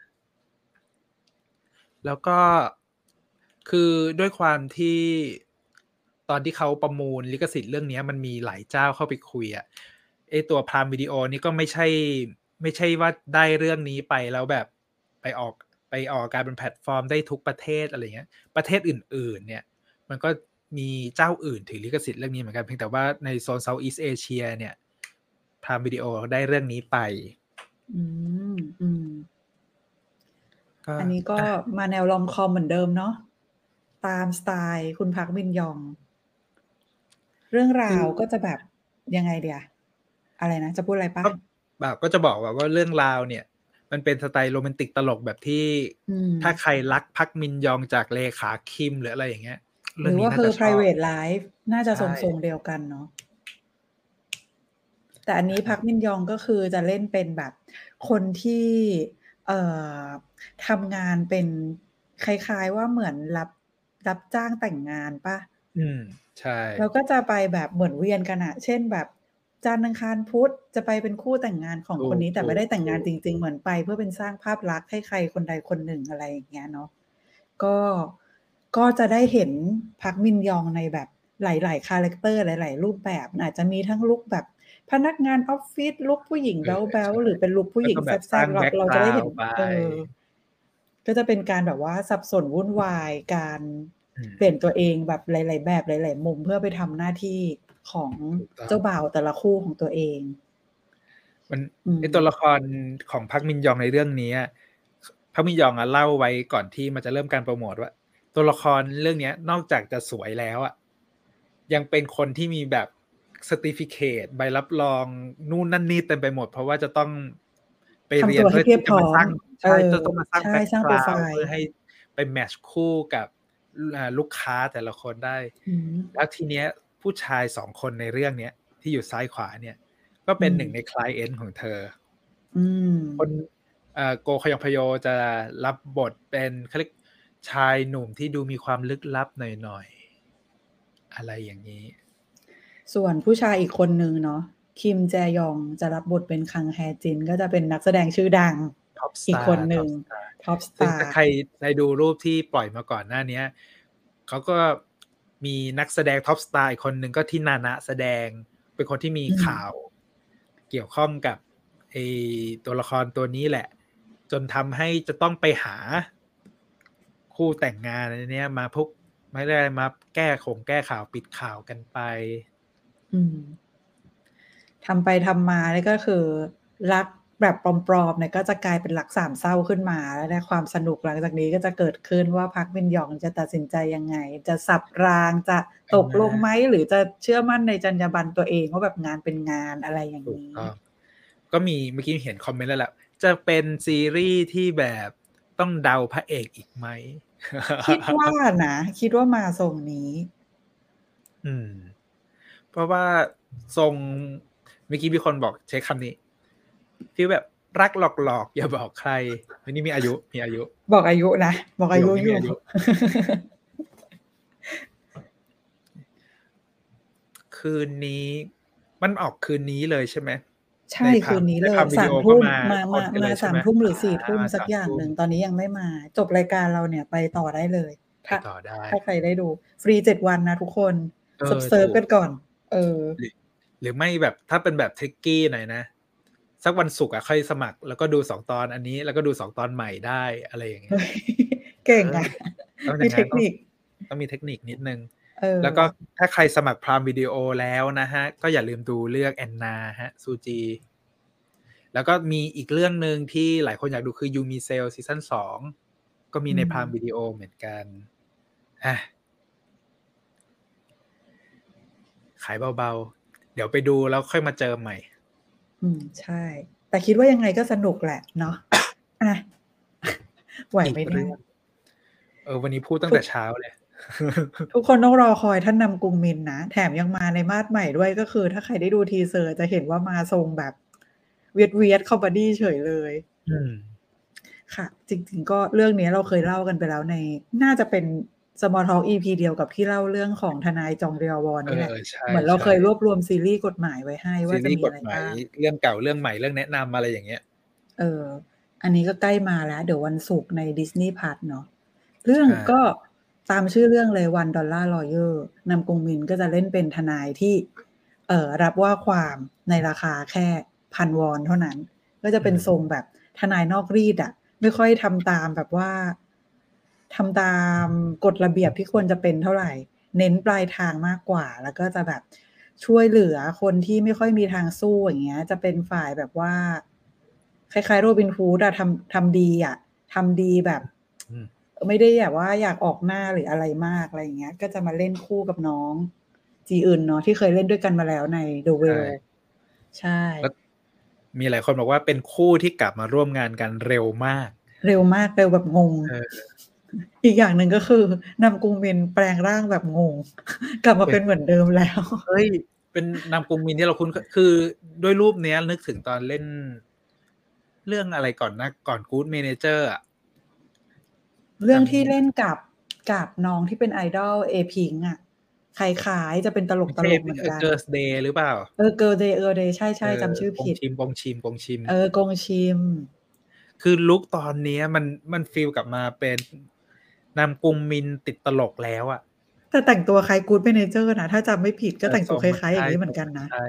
แล้วก็คือด้วยความที่ตอนที่เขาประมูลลิขสิทธิ์เรื่องนี้มันมีหลายเจ้าเข้าไปคุยอ่ะตัวพรามวิดีโอนี่ก็ไม่ใช่ว่าได้เรื่องนี้ไปแล้วแบบไปออกการเป็นแพลตฟอร์มได้ทุกประเทศอะไรเงี้ยประเทศอื่นๆเนี่ยมันก็มีเจ้าอื่นถือลิขสิทธิ์เรื่องนี้เหมือนกันเพียงแต่ว่าในโซนเซาท์อีสต์เอเชียเนี่ยพรามวิดีโอได้เรื่องนี้ไปอันนี้ก็มาแนวลอมคอมเหมือนเดิมเนาะตามสไตล์คุณพักมินยองเรื่องราวก็จะแบบยังไงเดียอะไรนะจะพูดอะไรปะแบบก็จะบอกว่าเรื่องราวเนี่ยมันเป็นสไตล์โรแมนติกตลกแบบที่ถ้าใครรักพักมินยองจากเลขาคิมหรืออะไรอย่างเงี้ยหรือว่าคือ private life น่าจะทรงๆเดียวกันเนาะแต่อันนี้พักมินยองก็คือจะเล่นเป็นแบบคนที่ทำงานเป็นคล้ายๆว่าเหมือนรับจ้างแต่งงานปะใช่แล้วก็จะไปแบบเหมือนเวียนกันอะเช่นแบบจันทร์อังคารพุธจะไปเป็นคู่แต่งงานของคนนี้แต่ไม่ได้แต่งงานจริงๆเหมือนไปเพื่อเป็นสร้างภาพลักษณ์ให้ใครคนใดคนหนึ่งอะไรอย่างเงี้ยเนาะก็จะได้เห็นพักมินยองในแบบหลายๆคาแรคเตอร์หลายๆรูปแบบอาจจะมีทั้งลุคแบบพนักงานออฟฟิศลุคผู้หญิงแบ๊วๆหรือเป็นลุคผู้หญิงแซ่บๆเราจะได้เห็นก็จะเป็นการแบบว่าสับสนวุ่นวายการเปลี่ยนตัวเองแบบหลายๆแบบหลายๆมุมเพื่อไปทำหน้าที่ของเจ้าบ่าวแต่ละคู่ของตัวเองมันตัวละครของพักมินยองในเรื่องนี้พักมินยองเล่าไว้ก่อนที่มันจะเริ่มการโปรโมทว่าตัวละครเรื่องนี้นอกจากจะสวยแล้วยังเป็นคนที่มีแบบcertificate ใบรับรองนู่นนั่นนี่เต็มไปหมดเพราะว่าจะต้องไปเรียนเพื่อที่จะมาสร้างจะต้องมาสร้างแบ็คกราวด์เพื่อให้ไปแมทช์คู่กับลูกค้าแต่ละคนได้แล้วทีเนี้ยผู้ชาย2คนในเรื่องนี้ที่อยู่ซ้ายขวาเนี่ยก็เป็นหนึ่งในคลายเอนต์ของเธอคนโกคยองพโยจะรับบทเป็นเขาเรียกชายหนุ่มที่ดูมีความลึกลับหน่อยๆอะไรอย่างนี้ส่วนผู้ชายอีกคนนึงเนาะคิมแจยองจะรับบทเป็นคังแฮจินก็จะเป็นนักแสดงชื่อดังอีกคนหนึ่งท็อปสตาร์ซึ่งถ้าใครได้ดูรูปที่ปล่อยมาก่อนหน้านี้เขาก็มีนักแสดงท็อปสตาร์อีกคนหนึ่งก็ที่นานะแสดงเป็นคนที่มีข่าวเกี่ยวข้องกับตัวละครตัวนี้แหละจนทำให้จะต้องไปหาคู่แต่งงานอะไรเนี้ยมาพวกไม่ได้มาแก้ข่าวปิดข่าวกันไปทำไปทำมาแล้วก็คือรักแบบปลอมๆเนี่ยก็จะกลายเป็นรักสามเศร้าขึ้นมาแล้วในความสนุกหลังจากนี้ก็จะเกิดขึ้นว่าพักมินยองจะตัดสินใจยังไงจะสับรางจะตกลงไหมหรือจะเชื่อมั่นในจรรยาบรรณตัวเองว่าแบบงานเป็นงานอะไรอย่างนี้ก็มีเมื่อกี้เห็นคอมเมนต์แล้วแหละจะเป็นซีรีส์ที่แบบต้องเดาพระเอกอีกไหมคิดว่านะคิดว่ามาทรงนี้เพราะว่าทรงเมื่อกี้มีคนบอกใช้คำนี้ฟีลแบบรักหลอกอย่าบอกใครวันนี้มีอายุบอกอายุนะบอกอายุอยู่คืนนี้มันออกคืนนี้เลยใช่ไหมใช่คืนนี้เลย3 ทุ่มมา3 ทุ่มหรือ4 ทุ่มสักอย่างหนึ่งตอนนี้ยังไม่มาจบรายการเราเนี่ยไปต่อได้เลยถ้าใครได้ดูฟรี7 วันนะทุกคนเซิร์ฟกันก่อนหรือไม่แบบถ้าเป็นแบบทริกกี้หน่อยนะสักวันศุกร์ค่อยสมัครแล้วก็ดู2 ตอนอันนี้แล้วก็ดู2 ตอนใหม่ได้อะไรอย่างเงี้ยเก่งมีเทคนิคต้องมีเทคนิคนิดนึงเออแล้วก็ถ้าใครสมัคร Prime Video แล้วนะฮะ ก็อย่าลืมดูเรื่องแอนนาฮะซูจีแล้วก็มีอีกเรื่องหนึ่งที่หลายคนอยากดูคือยูมิเซลซีซั่น2 ก็มีใน Prime Video เหมือนกันขายเบาๆ เดี๋ยวไปดูแล้วค่อยมาเจอใหม่ใช่ แต่คิดว่ายังไงก็สนุกแหละเนาะไหวไหมเนี่ยวันนี้พูดตั้งแต่เช้าเลยทุกคนต้องรอคอยท่านนำกรุงมินนะแถมยังมาในมาดใหม่ด้วยก็คือถ้าใครได้ดูทีเซอร์จะเห็นว่ามาทรงแบบเวียดคอมเมดี้เฉยเลยค่ะจริงๆก็เรื่องนี้เราเคยเล่ากันไปแล้วในน่าจะเป็น Small Talk EP เดียวกับที่เล่าเรื่องของทนายจองเรียววอนนี่แหละเหมือนเราเคยรวบรวมซีรีส์กฎหมายไว้ให้ว่าจะมีอะไรบ้างเรื่องเก่าเรื่องใหม่เรื่องแนะนำอะไรอย่างเงี้ยอันนี้ก็ใกล้มาแล้วเดี๋ยววันศุกร์ใน Disney Plus เนาะเรื่องก็ตามชื่อเรื่องเลย$1 Lawyer นำกรุงมินก็จะเล่นเป็นทนายที่รับว่าความในราคาแค่$1,000เท่านั้นก็จะเป็นทรงแบบทนายนอกรีดไม่ค่อยทำตามแบบว่าทำตามกฎระเบียบที่ควรจะเป็นเท่าไหร่เน้นปลายทางมากกว่าแล้วก็จะแบบช่วยเหลือคนที่ไม่ค่อยมีทางสู้อย่างเงี้ยจะเป็นฝ่ายแบบว่าคล้ายๆโรบินฮูดทำดีทำดีแบบไม่ได้แบบว่าอยากออกหน้าหรืออะไรมากอะไรอย่างเงี้ยก็จะมาเล่นคู่กับน้องจีอื่นเนาะที่เคยเล่นด้วยกันมาแล้วใน The Well ใช่มีหลายคนบอกว่าเป็นคู่ที่กลับมาร่วมงานกันเร็วมากเร็วแบบงงอีกอย่างหนึ่งก็คือนำกรุงมินแปลงร่างแบบงงกลับมาเป็นเหมือนเดิมแล้วเฮ้ยเป็นนำกรุงมินที่เราคุ้นคือด้วยรูปเนี้ยนึกถึงตอนเล่นเรื่องอะไรก่อนนะก่อน Good Manager เรื่องที่เล่นกับน้องที่เป็นไอดอลเอพิงคล้ายๆจะเป็นตลกเหมือนกัน Girls Day หรือเปล่า Girls Day ใช่ๆจำชื่อผิดกงชิมกงชิมคือลุคตอนนี้มันฟีลกลับมาเป็นนำกรุงมินติดตลกแล้วแต่แต่งตัวคล้าย Good Manager นะถ้าจำไม่ผิดก็แต่งตัวคล้ายๆอย่างนี้เหมือนกันนะใช่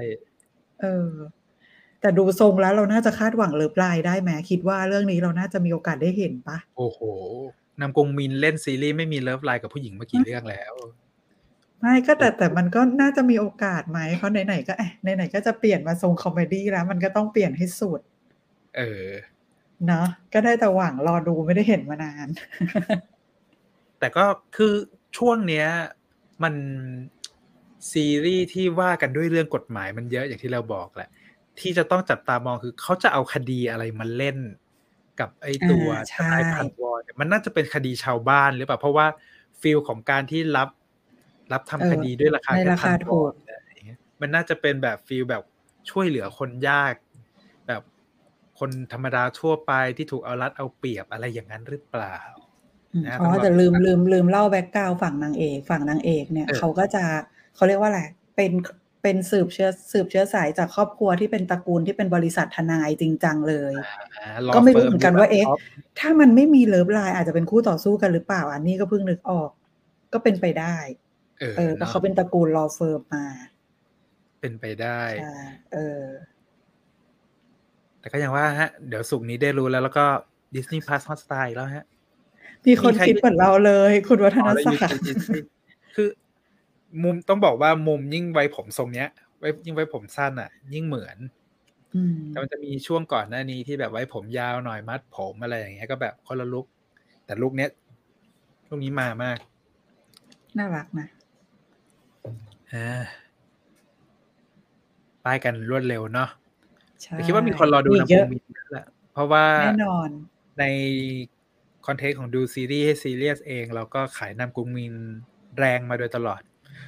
แต่ดูทรงแล้วเราน่าจะคาดหวังเลิฟไลน์ได้ไหมคิดว่าเรื่องนี้เราน่าจะมีโอกาสได้เห็นปะโอ้โหนำกรุงมินเล่นซีรีส์ไม่มีเลิฟไลน์กับผู้หญิงมากี่เรื่องแล้วไม่ก็แต่มันก็น่าจะมีโอกาสไหมเพราะไหนๆก็ไหนๆก็จะเปลี่ยนมาทรงคอมเมดี้แล้วมันก็ต้องเปลี่ยนให้สุดเนาะก็ได้แต่หวังรอดูไม่ได้เห็นมานานแต่ก็คือช่วงเนี้ยมันซีรีส์ที่ว่ากันด้วยเรื่องกฎหมายมันเยอะอย่างที่เราบอกแหละที่จะต้องจับตามองคือเขาจะเอาคดีอะไรมาเล่นกับไอ้ตัวทนายพันวอนมันน่าจะเป็นคดีชาวบ้านหรือเปล่าเพราะว่าฟีลของการที่รับทำคดีด้วยราคาแค่$1,000มันน่าจะเป็นแบบฟีลแบบช่วยเหลือคนยากแบบคนธรรมดาทั่วไปที่ถูกเอารัดเอาเปรียบอะไรอย่างนั้นหรือเปล่าแต่ลืมเล่าแบ็คกราวด์ฝั่งนางเอกเนี่ยเขาก็จะเขาเรียกว่าอะไรเป็นสืบเชื้อสายจากครอบครัวที่เป็นตระกูลที่เป็นบริษัททนายจริงจังเลยก็ไม่รู้เหมือนกันว่าถ้ามันไม่มีเลิฟไลน์อาจจะเป็นคู่ต่อสู้กันหรือเปล่าอันนี้ก็เพิ่งนึกออกก็เป็นไปได้แต่เขาเป็นตระกูลลอเฟิร์มมาเป็นไปได้แต่ก็อย่างว่าฮะเดี๋ยวศุกร์นี้ได้รู้แล้วก็ Disney Plus Hotstar แล้วฮะมีคนคิดเหมือนเราเลยคุณวัฒนศักดิ์คือมุมต้องบอกว่ามุมยิ่งไว้ผมทรงเนี้ยยิ่งไว้ผมสั้นยิ่งเหมือนแต่มันจะมีช่วงก่อนหน้านี้ที่แบบไว้ผมยาวหน่อยมัดผมอะไรอย่างเงี้ยก็แบบคนละลุคแต่ลุคเนี้ยลุคนี้มามากน่ารักนะป้ายกันรวดเร็วเนาะแต่คิดว่ามีคนรอดูนะผมมีแหละเพราะว่าแน่นอนในคอนเทนต์ของดูซีรีส์ให้ซีเรียสเองเราก็ขายนำกรุงมินแรงมาโดยตลอด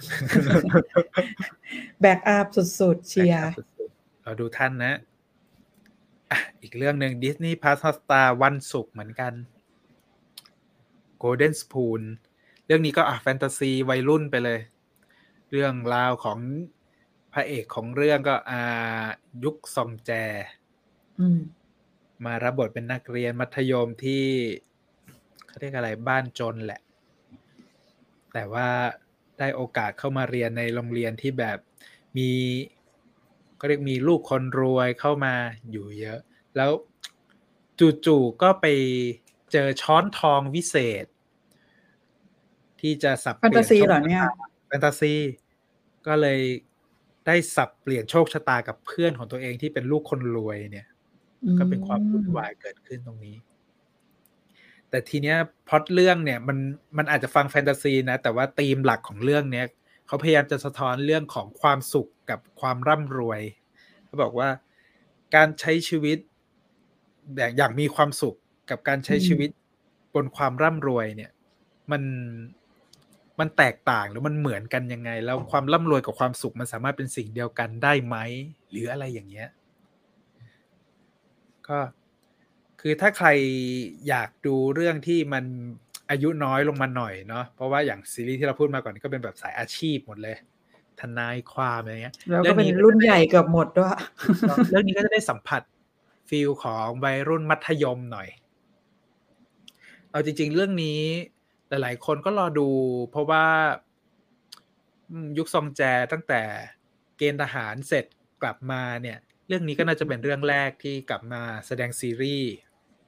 แบ็กอัพสุดๆเชียร์เราดูท่านนะอีกเรื่องหนึ่ง Disney Plus Hotstar วันศุกร์เหมือนกัน Golden Spoon เรื่องนี้ก็แฟนตาซีวัยรุ่นไปเลยเรื่องราวของพระเอกของเรื่องก็ยุคซองแจมารับบทเป็นนักเรียนมัธยมที่เขาเรียกอะไรบ้านจนแหละแต่ว่าได้โอกาสเข้ามาเรียนในโรงเรียนที่แบบมีก็เรียกมีลูกคนรวยเข้ามาอยู่เยอะแล้วจู่ๆก็ไปเจอช้อนทองวิเศษที่จะสับแฟนตาซีเหรอเนี่ยแฟนตาซีก็เลยได้สับเปลี่ยนโชคชะตากับเพื่อนของตัวเองที่เป็นลูกคนรวยเนี่ยก็เป็นความวุ่นวายเกิดขึ้นตรงนี้แต่ทีเนี้ยพล็อตเรื่องเนี่ยมันอาจจะฟังแฟนตาซีนะแต่ว่าธีมหลักของเรื่องเนี้ยเขาพยายามจะสะท้อนเรื่องของความสุขกับความร่ำรวยเขาบอกว่าการใช้ชีวิตอย่างมีความสุขกับการใช้ชีวิตบนความร่ำรวยเนี่ยมันแตกต่างหรือมันเหมือนกันยังไงแล้วความร่ำรวยกับความสุขมันสามารถเป็นสิ่งเดียวกันได้ไหมหรืออะไรอย่างเงี้ยก็คือถ้าใครอยากดูเรื่องที่มันอายุน้อยลงมาหน่อยเนาะเพราะว่าอย่างซีรีส์ที่เราพูดมาก่อนก็เป็นแบบสายอาชีพหมดเลยทนายความอะไรเงี้ยแล้วก็เป็นรุ่นใหญ่เกือบหมดด้วยเรื่องนี้ก็จะได้สัมผัสฟีลของวัยรุ่นมัธยมหน่อยเอาจริงๆเรื่องนี้หลายๆคนก็รอดูเพราะว่ายุคซองแจตั้งแต่เกณฑ์ทหารเสร็จกลับมาเนี่ยเรื่องนี้ก็น่าจะเป็นเรื่องแรกที่กลับมาแสดงซีรีส์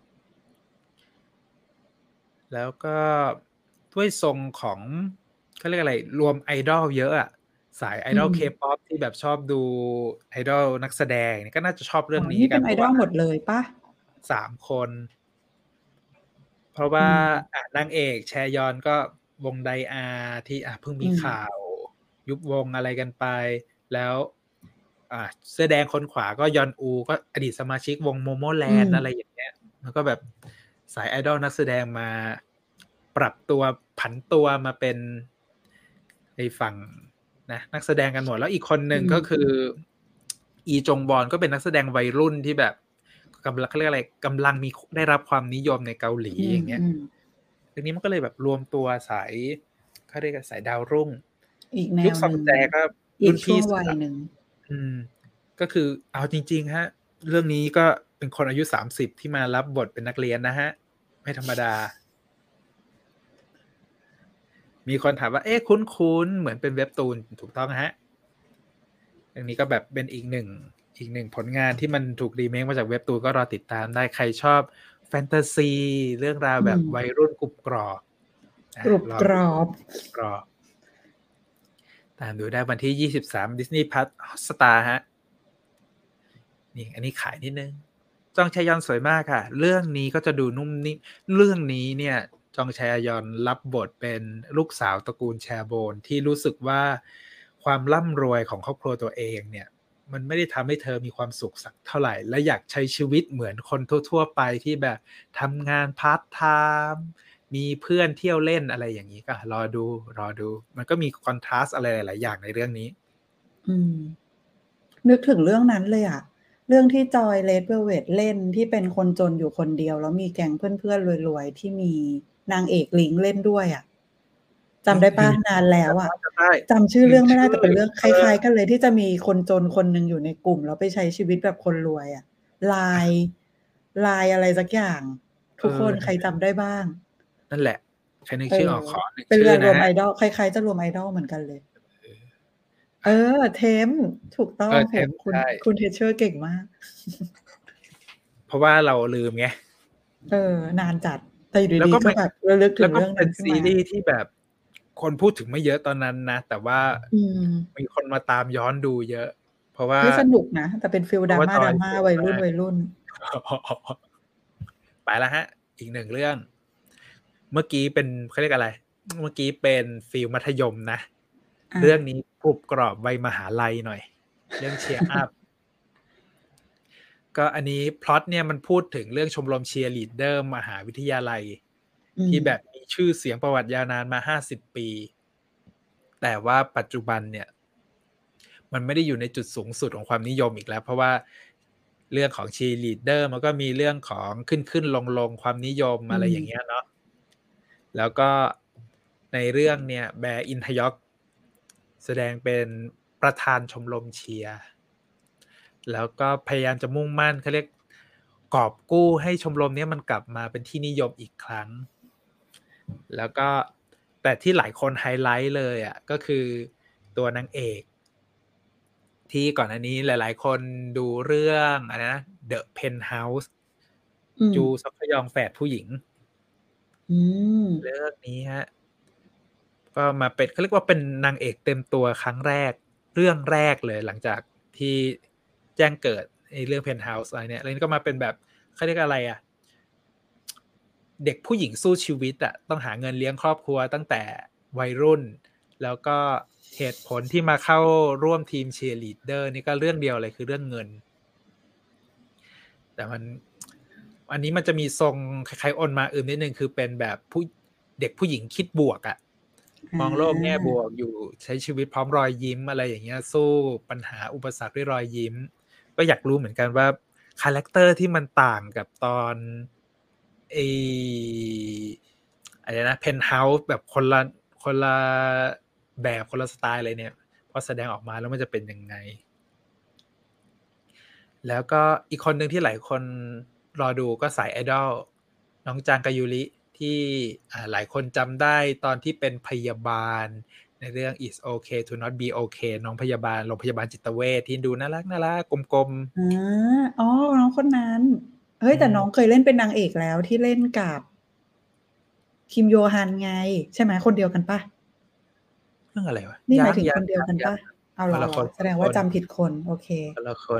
แล้วก็ด้วยทรงของเขาเรียกอะไรรวมไอดอลเยอะอะสายไอดอลเคป๊อปที่แบบชอบดูไอดอลนักแสดงก็น่าจะชอบเรื่องนี้นี่กัเป็นไอดอลหมดเลยปะ 3 คนเพราะว่านางเอกแชยอนก็วงไดอาที่เพิ่งมีข่าวยุบวงอะไรกันไปแล้วเสื้อแดงคนขวาก็ยอนอูก็อดีตสมาชิกวงโมโมแลนด์อะไรอย่างเงี้ยแล้วก็แบบสายไอดอลนักแสดงมาปรับตัวผันตัวมาเป็นไอ้ฝั่งนะนักแสดงกันหมดแล้วอีกคนหนึ่งก็คืออีจงบอนก็เป็นนักแสดงวัยรุ่นที่แบบกำลังเขาเรียกอะไรกำลังมีได้รับความนิยมในเกาหลีอย่างเงี้ยทีนี้มันก็เลยแบบรวมตัวสายเขาเรียกสายดาวรุ่งอีกแนวยุคซองแจก็รุ่นพี่วัยหนึ่งก็คือเอาจริงๆฮะเรื่องนี้ก็เป็นคนอายุ30ที่มารับบทเป็นนักเรียนนะฮะไม่ธรรมดามีคนถามว่าคุ้นๆเหมือนเป็นเว็บตูนถูกต้องฮะเรื่องนี้ก็แบบเป็นอีกหนึ่งผลงานที่มันถูกรีเมคมาจากเว็บตูนก็รอติดตามได้ใครชอบแฟนตาซีเรื่องราวแบบวัยรุ่นกรุบกรอบตามดูได้วันที่23 Disney Plus Star ฮะนี่อันนี้ขายนิดนึงจองแชยอนสวยมากค่ะเรื่องนี้ก็จะดูนุ่มนิ่มเรื่องนี้เนี่ยจองแชยอนรับบทเป็นลูกสาวตระกูลแชโบนที่รู้สึกว่าความร่ำรวยของครอบครัวตัวเองเนี่ยมันไม่ได้ทำให้เธอมีความสุขสักเท่าไหร่และอยากใช้ชีวิตเหมือนคนทั่วๆไปที่แบบทำงานพาร์ทไทม์มีเพื่อนเที่ยวเล่นอะไรอย่างนี้ก็รอดูมันก็มีคอนทราสต์อะไรหลายๆอย่างในเรื่องนี้นึกถึงเรื่องนั้นเลยอะเรื่องที่จอยเลดเวลเวตเล่นที่เป็นคนจนอยู่คนเดียวแล้วมีแก๊งเพื่อนๆรวยๆที่มีนางเอกลิงเล่นด้วยอะจำได้ปะนานแล้วอะจำชื่อเรื่องไม่ได้แต่เป็นเรื่องคล้ายๆกันเลยที่จะมีคนจนคนหนึ่งอยู่ในกลุ่มแล้วไปใช้ชีวิตแบบคนรวยอะลายอะไรสักอย่างทุกคนใครจำได้บ้างนั่นแหละใครนึกชื่อออกขอนึกเป็นชื่อนะรวมไอดอลคล้ายๆจะรวมไอดอลเหมือนกันเลยเทมถูกต้องคุณเทเชอร์เก่งมากเพราะว่าเราลืมไงนานจัดแต่อยู่ดีๆก็แบบระลึกถึงเรื่องนั้นขึ้นมาแล้วก็เป็นซีรีส์ที่แบบคนพูดถึงไม่เยอะตอนนั้นนะแต่ว่ามีคนมาตามย้อนดูเยอะเพราะว่าสนุกนะแต่เป็นฟิลดราม่าวัยรุ่นไปแล้วฮะอีกหนึ่งเรื่องเมื่อกี้เป็นเขาเรียกอะไรเมื่อกี้เป็นฟิลมัธยมนะเรื่องนี้กรุบกรอบวัยมหาลัยหน่อยเรื่องเชียร์อัพก็อันนี้พล็อตเนี่ยมันพูดถึงเรื่องชมรมเชียร์ลีดเดอร์มหาวิทยาลัยที่แบบมีชื่อเสียงประวัติยาวนานมา50 ปีแต่ว่าปัจจุบันเนี่ยมันไม่ได้อยู่ในจุดสูงสุดของความนิยมอีกแล้วเพราะว่าเรื่องของเชียร์ลีดเดอร์มันก็มีเรื่องของขึ้นลงความนิยมอะไรอย่างเงี้ยเนาะแล้วก็ในเรื่องเนี่ยแบร์อินทยอกแสดงเป็นประธานชมรมเชียร์แล้วก็พยายามจะมุ่งมั่นเขาเรียกกอบกู้ให้ชมรมนี้มันกลับมาเป็นที่นิยมอีกครั้งแล้วก็แต่ที่หลายคนไฮไลท์เลยก็คือตัวนางเอกที่ก่อนอันนี้หลายๆคนดูเรื่องอะไรนะ The Penthouse จูซอกยองแฝดผู้หญิงเรื่องนี้ฮะก็มาเป็นเขาเรียกว่าเป็นนางเอกเต็มตัวครั้งแรกเรื่องแรกเลยหลังจากที่แจ้งเกิดไอ้เรื่อง Penthouse อะไรเนี่ยแล้วนี่ก็มาเป็นแบบเขาเรียกอะไรอ่ะเด็กผู้หญิงสู้ชีวิตอ่ะต้องหาเงินเลี้ยงครอบครัวตั้งแต่วัยรุ่นแล้วก็เหตุผลที่มาเข้าร่วมทีมเชียร์ลีดเดอร์นี่ก็เรื่องเดียวเลยคือเรื่องเงินแต่อันนี้มันจะมีทรงคล้ายๆอนมานิดนึงคือเป็นแบบเด็กผู้หญิงคิดบวกอ่ะมองโลกแง่บวกอยู่ใช้ชีวิตพร้อมรอยยิ้มอะไรอย่างเงี้ยสู้ปัญหาอุปสรรคด้วยรอยยิ้มก็อยากรู้เหมือนกันว่าคาแรคเตอร์ที่มันต่างกับตอนอะไรนะเพนท์เฮาส์แบบคนละแบบคนละสไตล์เลยเนี่ยพอแสดงออกมาแล้วมันจะเป็นยังไงแล้วก็อีกคนหนึ่งที่หลายคนรอดูก็สายไอดอลน้องจางกายุริที่หลายคนจำได้ตอนที่เป็นพยาบาลในเรื่อง It's Okay to Not Be Okay น้องพยาบาลโรงพยาบาลจิตเวชที่ดูน่ารักกลมๆอ๋อน้องคนนั้นเฮ้ยแต่น้องเคยเล่นเป็นนางเอกแล้วที่เล่นกับคิมโยฮันไงใช่ไหมคนเดียวกันปะเรื่องอะไรวะนี่หมายถึงคนเดียวกันปะเอาเหรอแสดงว่าจำผิดคนโอเคคนละคน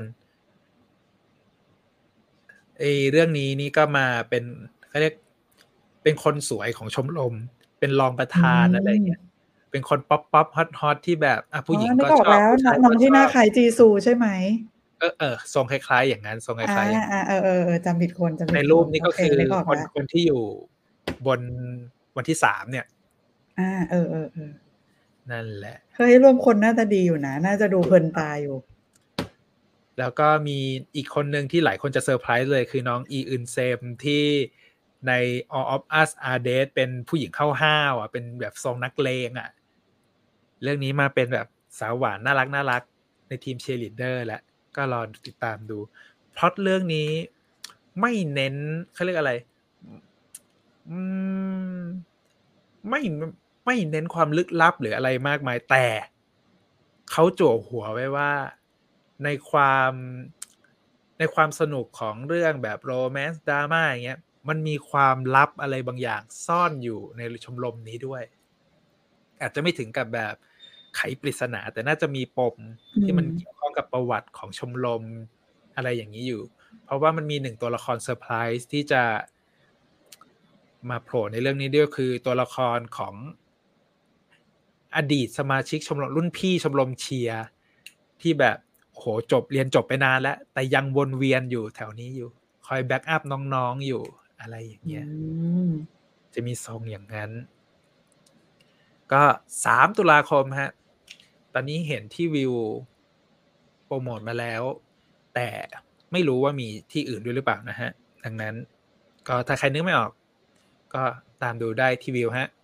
เรื่องนี้นี่ก็มาเป็นเขาเรียกเป็นคนสวยของชมรมเป็นรองประธานอะไรเงี้ยเป็นคนป๊อปฮอตที่แบบผู้หญิงก็ชอบผู้ชายน้ก็องที่หน้าคล้ายจีซูใช่ไหมทรงคล้ายๆอย่างนั้นทรงคล้ายๆอย่างนั้นจำผิดคนในรูปนี้ก็คือคนที่อยู่บนวันที่3เนี่ยนั่นแหละเฮ้ยรวมคนน่าจะดีอยู่นะน่าจะดูเพลินตาอยู่แล้วก็มีอีกคนหนึ่งที่หลายคนจะเซอร์ไพรส์เลยคือน้องอีอึนเซมที่ใน All of Us Are Dead เป็นผู้หญิงห้าวๆเป็นแบบทรงนักเลงเรื่องนี้มาเป็นแบบสาวหวานน่ารักในทีมเชียร์ลีดเดอร์และก็รอติดตามดูพล็อตเรื่องนี้ไม่เน้นเขาเรียกอะไรไม่เน้นความลึกลับหรืออะไรมากมายแต่เขาจั่วหัวไว้ว่าในความสนุกของเรื่องแบบโรแมนต์ดราม่าอย่างเงี้ยมันมีความลับอะไรบางอย่างซ่อนอยู่ในชมรมนี้ด้วยอาจจะไม่ถึงกับแบบไขปริศนาแต่น่าจะมีปมที่มันเกี่ยวข้องกับประวัติของชมรมอะไรอย่างนี้อยู่เพราะว่ามันมี1ตัวละครเซอร์ไพรส์ที่จะมาโผล่ในเรื่องนี้ด้วยคือตัวละครของอดีตสมาชิกชมรมรุ่นพี่ชมรมเชียร์ที่แบบโหเรียนจบไปนานแล้วแต่ยังวนเวียนอยู่แถวนี้อยู่คอยแบ็กอัพน้องๆอยู่อะไรอย่างเงี้ยจะมีทรงอย่างนั้นก็3ตุลาคมฮะตอนนี้เห็นที่วิวโปรโมทมาแล้วแต่ไม่รู้ว่ามีที่อื่นด้วยหรือเปล่านะฮะดังนั้นก็ถ้าใครนึกไม่ออกก็ตามดูได้ที่วิวฮะ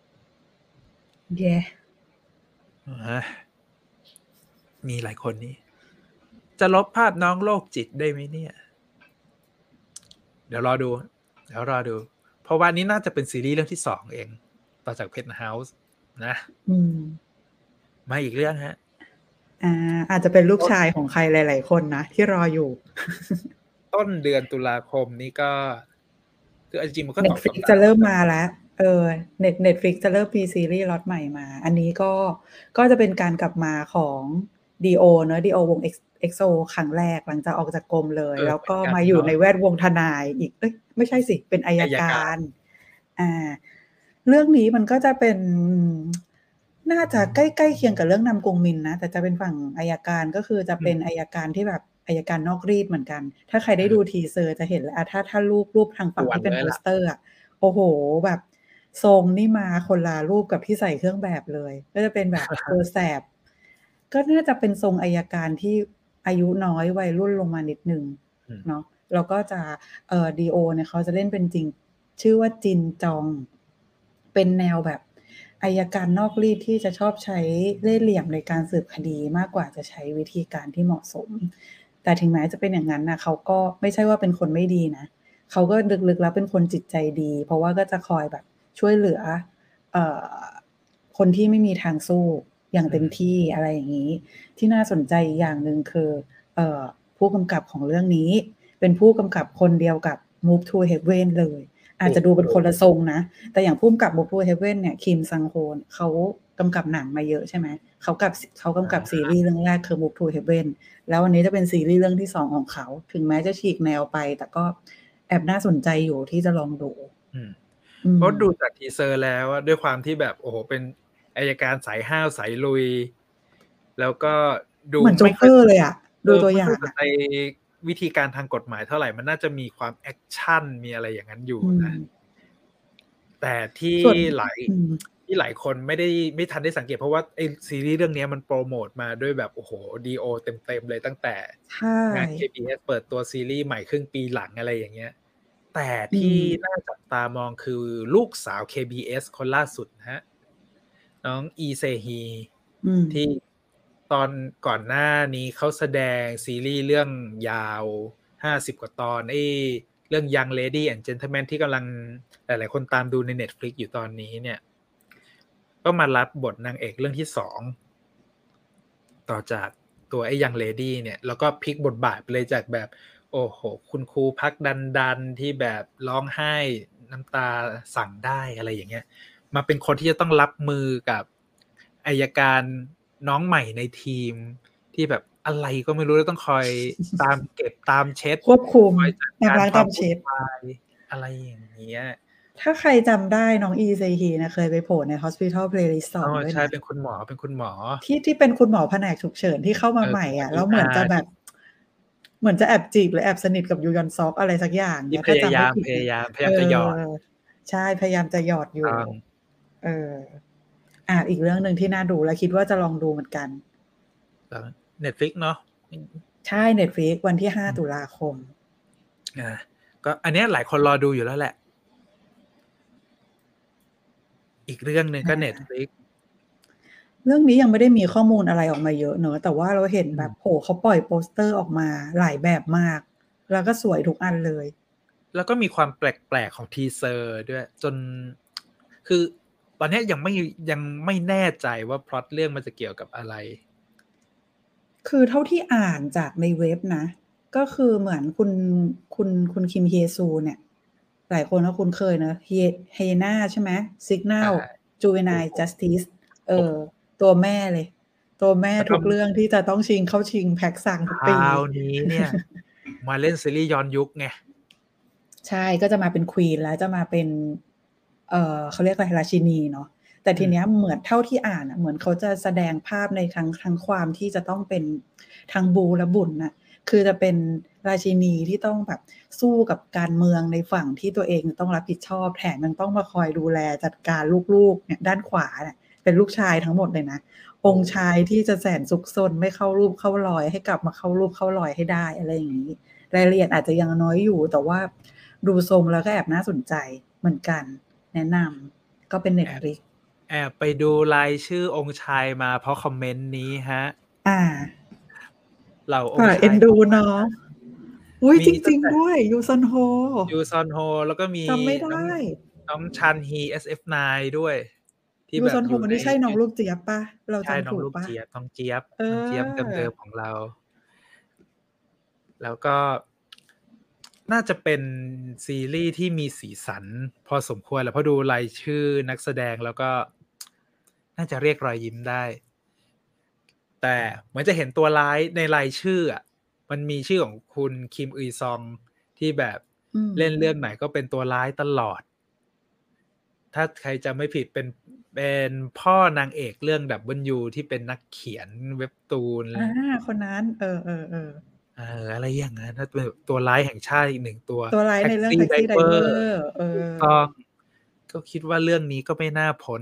มีหลายคนนี้จะลบภาพน้องโรคจิตได้ไหมเนี่ยเดี๋ยวรอดูเพราะว่านี้น่าจะเป็นซีรีส์เรื่องที่2เองต่อจาก Penthouse นะมาอีกเรื่องฮะอาจจะเป็นลูกชายของใครหลายๆคนนะที่รออยู่ต้นเดือนตุลาคมนี้ก็คือจริงๆมันก็ Netflix จะเริ่มมาแล้วNetflix จะเริ่มมีซีรีส์ล็อตใหม่มาอันนี้ก็จะเป็นการกลับมาของ D.O เนอะ D.O วง EXO ครั้งแรกหลังจากออกจากกรมเลยแล้วก็มาอยู่ในแวดวงทนายอีกไม่ใช่สิเป็นอัยการเรื่องนี้มันก็จะเป็นน่าจะใกล้ๆเคียงกับเรื่องนำกงมินนะแต่จะเป็นฝั่งอัยการก็คือจะเป็นอัยการที่แบบอัยการนอกรีดเหมือนกันถ้าใครได้ดูทีเซอร์จะเห็นแล้วถ้ารูปทางฝั่งที่เป็นโปสเตอร์โอ้โหแบบทรงนี่มาคนละรูปกับที่ใส่เครื่องแบบเลยก็จะเป็นแบบตัวแสบก็น่าจะเป็นทรงอัยการที่อายุน้อยวัยรุ่นลงมานิดนึงเนาะแล้วก็จะD.O เนี่ยเขาจะเล่นเป็นจริงชื่อว่าจินจองเป็นแนวแบบอัยการนอกรีดที่จะชอบใช้เล่ห์เหลี่ยมในการสืบคดีมากกว่าจะใช้วิธีการที่เหมาะสมแต่ถึงแม้จะเป็นอย่างนั้นนะเขาก็ไม่ใช่ว่าเป็นคนไม่ดีนะเขาก็ลึกๆแล้วเป็นคนจิตใจดีเพราะว่าก็จะคอยแบบช่วยเหลือคนที่ไม่มีทางสู้อย่างเต็มที่อะไรอย่างนี้ที่น่าสนใจอย่างหนึ่งคือผู้กำกับของเรื่องนี้เป็นผู้กำกับคนเดียวกับ Move to Heaven เลยอาจจะดูเป็นคนละทรงนะแต่อย่างพุ่มกับ Book to Heaven เนี่ยคิมซังโฮนเขากำกับหนังมาเยอะใช่ไหมเขากำกับซีรีส์เรื่องแรกคือ Book to Heaven แล้ววันนี้จะเป็นซีรีส์เรื่องที่2ของเขาถึงแม้จะฉีกแนวไปแต่ก็แอบน่าสนใจอยู่ที่จะลองดูเพราะดูจากทีเซอร์แล้วด้วยความที่แบบโอ้โหเป็นอัยการสายห้าวสายลุยแล้วก็ดูเหมือนโจ๊กเกอร์เลยอ่ะดูตัวอย่างในวิธีการทางกฎหมายเท่าไหร่มันน่าจะมีความแอคชั่นมีอะไรอย่างนั้นอยู่นะแต่ที่หลายคนไม่ทันได้สังเกตเพราะว่าไอ้ซีรีส์เรื่องนี้มันโปรโมทมาด้วยแบบโอ้โหดีโอเต็มเลยตั้งแต่งาน KBS เปิดตัวซีรีส์ใหม่ครึ่งปีหลังอะไรอย่างเงี้ยแต่ที่น่าจับตามองคือลูกสาว KBS คนล่าสุดนะฮะน้องอีเซฮีที่ตอนก่อนหน้านี้เขาแสดงซีรีส์เรื่องยาว50กว่าตอนเรื่อง Young Lady and Gentleman ที่กำลังหลายๆคนตามดูใน Netflix อยู่ตอนนี้เนี่ยก็มารับบทนางเอกเรื่องที่2ต่อจากตัวไอ้ Young Lady เนี่ยแล้วก็พลิกบทบาทไปเลยจากแบบโอ้โหคุณครูพักดันที่แบบร้องไห้น้ำตาสั่งได้อะไรอย่างเงี้ยมาเป็นคนที่จะต้องรับมือกับอัยการน้องใหม่ในทีมที่แบบอะไรก็ไม่รู้แล้วต้องคอยตามเก็บตามเช็ดควบคุมการตามเช็ดอะไรอย่างเงี้ยถ้าใครจำได้น้องอีเซฮีนะเคยไปโผล่ใน Hospital Playlist 2ด้วยนะใช่เป็นคุณหมอที่เป็นคุณหมอแผนกฉุกเฉินที่เข้ามาใหม่อ่ะแล้วเหมือนจะแบบเหมือนจะแอบจีบหรือแอบสนิทกับยูยอนซอกอะไรสักอย่างเนี่ยพยายามจะหยอดใช่พยายามจะหยอดอยู่อีกเรื่องนึงที่น่าดูแล้วคิดว่าจะลองดูเหมือนกัน Netflix เนาะใช่ Netflix วันที่5ตุลาคมก็อันนี้หลายคนรอดูอยู่แล้วแหละอีกเรื่องนึงก็ Netflix เรื่องนี้ยังไม่ได้มีข้อมูลอะไรออกมาเยอะเนอะแต่ว่าเราเห็นแบบโหเขาปล่อยโปสเตอร์ออกมาหลายแบบมากแล้วก็สวยทุกอันเลยแล้วก็มีความแปลกๆของทีเซอร์ด้วยจนคือตอนนี้ยังไม่แน่ใจว่าพล็อตเรื่องมันจะเกี่ยวกับอะไรคือเท่าที่อ่านจากในเว็บนะก็คือเหมือนคุณคิมเฮซูเนี่ยหลายคนก็คุ้นเคยนะเฮน่าใช่ไหม Signal Juvenile Justice ตัวแม่เลยตัวแม่ทุกเรื่องที่จะต้องเข้าชิงแพ็กสั่งทุกปีคราวนี้เนี่ยมาเล่นซีรีส์ย้อนยุคไงใช่ก็จะมาเป็นควีนแล้วจะมาเป็นเขาเรียกอะไรราชินีเนาะแต่ทีเนี้ยเหมือนเท่าที่อ่านเหมือนเขาจะแสดงภาพในทั้งความที่จะต้องเป็นทั้งบูและบุญน่ะคือจะเป็นราชินีที่ต้องแบบสู้กับการเมืองในฝั่งที่ตัวเองต้องรับผิดชอบแถมยังต้องมาคอยดูแลจัดการลูกๆเนี่ยด้านขวาเนี่ยเป็นลูกชายทั้งหมดเลยนะองค์ชายที่จะแสนซุกซนไม่เข้ารูปเข้ารอยให้กลับมาเข้ารูปเข้ารอยให้ได้อะไรอย่างนี้รายละเอียดอาจจะยังน้อยอยู่แต่ว่าดูทรงแล้วก็แอบน่าสนใจเหมือนกันแนะนำก็เป็น Netflix แอบไปดูรายชื่อองค์ชายมาเพราะคอมเมนต์นี้ฮะเราองค์ชายเอ็นดูเนาะอุ้ยจริงๆด้วยยูซอนโฮแล้วก็มีจำไม่ได้น้องชันฮี SF9 ด้วยที่แบบยูซอนโฮนี่ใช่น้องลูกเจี๊ยบป่ะเราจำถูกป่ะน้องเจี๊ยบเดิมของเราแล้วก็น่าจะเป็นซีรีส์ที่มีสีสันพอสมควรแหละเพราะดูรายชื่อนักแสดงแล้วก็น่าจะเรียกรอยยิ้มได้แต่เหมือนจะเห็นตัวร้ายในรายชื่ออ่ะมันมีชื่อของคุณคิมอึยซองที่แบบเล่นเรื่องไหนก็เป็นตัวร้ายตลอดถ้าใครจะไม่ผิดเป็นพ่อนางเอกเรื่องWที่เป็นนักเขียนเว็บตูนคนนั้นอะไรอย่างนั้นถ้าเป็นตัวร้ายแห่งชาติอีกหนึ่งตัวร้ายในเรื่องแท็กซี่ไดเวอร์ก็คิดว่าเรื่องนี้ก็ไม่น่าพ้น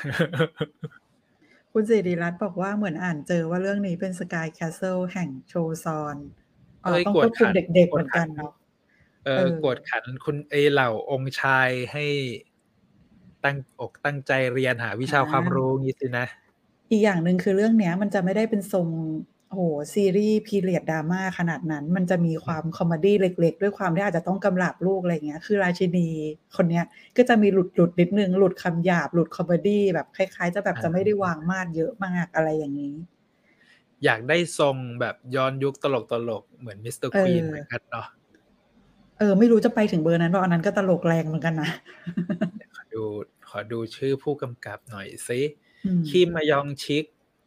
คุณสิริรัตน์บอกว่าเหมือนอ่านเจอว่าเรื่องนี้เป็นสกายแคสเซิลแห่งโชซอนต้องควบคุมเด็กๆเหมือนกันเนาะกวดขันคุณเหล่าองค์ชายให้ตั้งอกตั้งใจเรียนหาวิชาความรู้งี้สินะอีกอย่างหนึ่งคือเรื่องเนี้ยมันจะไม่ได้เป็นทรงซีรีส์พีเรียดดราม่าขนาดนั้นมันจะมีความคอมเมดี้เล็กๆด้วยความที่อาจจะต้องกำราบลูกอะไรเงี้ยคือราชินีคนเนี้ยก็จะมีหลุดนิดนึงหลุดคำหยาบหลุดคอมเมดี้แบบคล้ายๆจะแบบจะไม่ได้วางมาดเยอะมากอะไรอย่างนี้อยากได้ทรงแบบย้อนยุคตลกๆเหมือนมิสเตอร์ควีนเหมือนกันเนาะไม่รู้จะไปถึงเบอร์นั้นเปล่าอันนั้นก็ตลกแรงเหมือนกันนะขอดูชื่อผู้กำกับหน่อยสิอืมคิมมายองชิก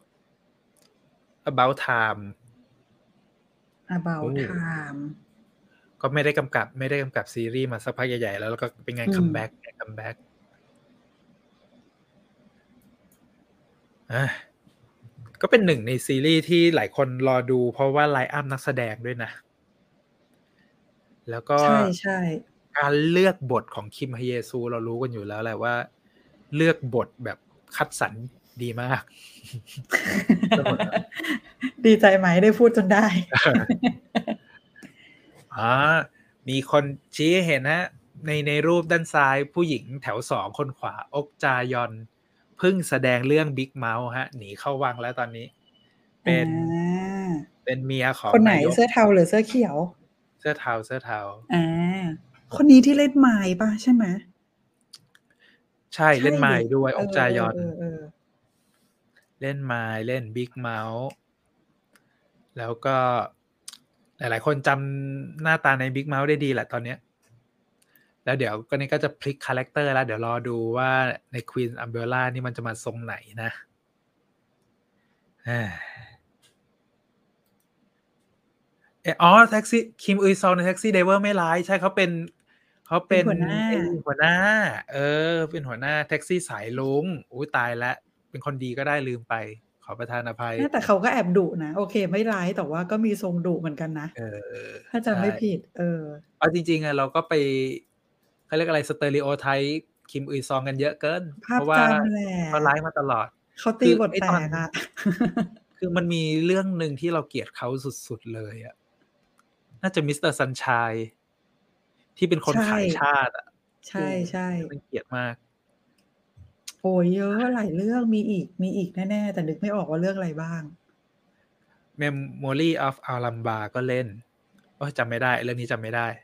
About Time About โอ้ Time ก็ไม่ได้กำกับซีรีส์มาสักพักใหญ่ๆแล้วก็เป็นงานคัมแบ็กก็เป็นหนึ่งในซีรีส์ที่หลายคนรอดูเพราะว่าไลน์อัพนักแสดงด้วยนะ แล้วก็ใช่การเลือกบทของคิมฮเยซูเรารู้กันอยู่แล้วแหละว่า เลือกบทแบบคัดสรรดีมากดีใจไหมได้พูดจนได้มีคนชี้ให้เห็นนะในรูปด้านซ้ายผู้หญิงแถว2คนขวาอกจายอนเพิ่งแสดงเรื่อง Big Mouth ฮะหนีเข้าวังแล้วตอนนี้เป็นเมียของคนไหนเสื้อเทาหรือเสื้อเขียวเสื้อเทาคนนี้ที่เล่นไม้ป่ะใช่ไหมใช่เล่นไม้ด้วยอกจายอนเล่นไม้เล่น Big Mouth แล้วก็หลายๆคนจำหน้าตาใน Big Mouth ได้ดีแหละตอนนี้แล้วเดี๋ยวก็นี่ก็จะพลิกคาแรคเตอร์แล้วเดี๋ยวรอดูว่าใน Queen Umbrella นี่มันจะมาทรงไหนนะแท็กซี่คิมอึยซองในแท็กซี่ไดเวอร์ไม่ร้ายใช่เขาเป็นหัวหน้าเป็นหัวหน้าแท็กซี่สายลุงตายแล้วเป็นคนดีก็ได้ลืมไปขอประทานอภัยแต่เขาก็แอบดุนะโอเคไม่ร้ายแต่ว่าก็มีทรงดุเหมือนกันนะถ้าจำไม่ผิดเอาจริงๆเราก็ไปเขาเรียกอะไรสเตอริโอไทป์คิมอึยซองกันเยอะเกินเพราะว่าเขาร้ายมาตลอดเขาตีบทแตกอะคือมันมีเรื่องหนึ่งที่เราเกลียดเขาสุดๆเลยอะน่าจะมิสเตอร์ซันชัยที่เป็นคนขายชาติอ่ะใช่มันเกลียดมากโอ้ยเยอะหลายเรื่องมีอีกแน่ๆแต่นึกไม่ออกว่าเรื่องอะไรบ้าง Memory of Alhambra ก็เล่นจำไม่ได้เรื่องนี้จำไม่ได้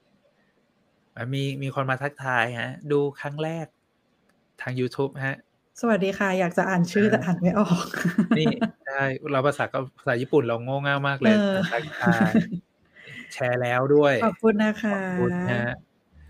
มีคนมาทักทายฮะดูครั้งแรกทาง YouTube ฮะสวัสดีค่ะอยากจะอ่านชื่อแต่อ่านไม่ออกนี่ใช่เราภาษาญี่ปุ่นเราโง่เง่ามากเลยทักทายแชร์แล้วด้วยขอบคุณนะคะขอบคุณฮะ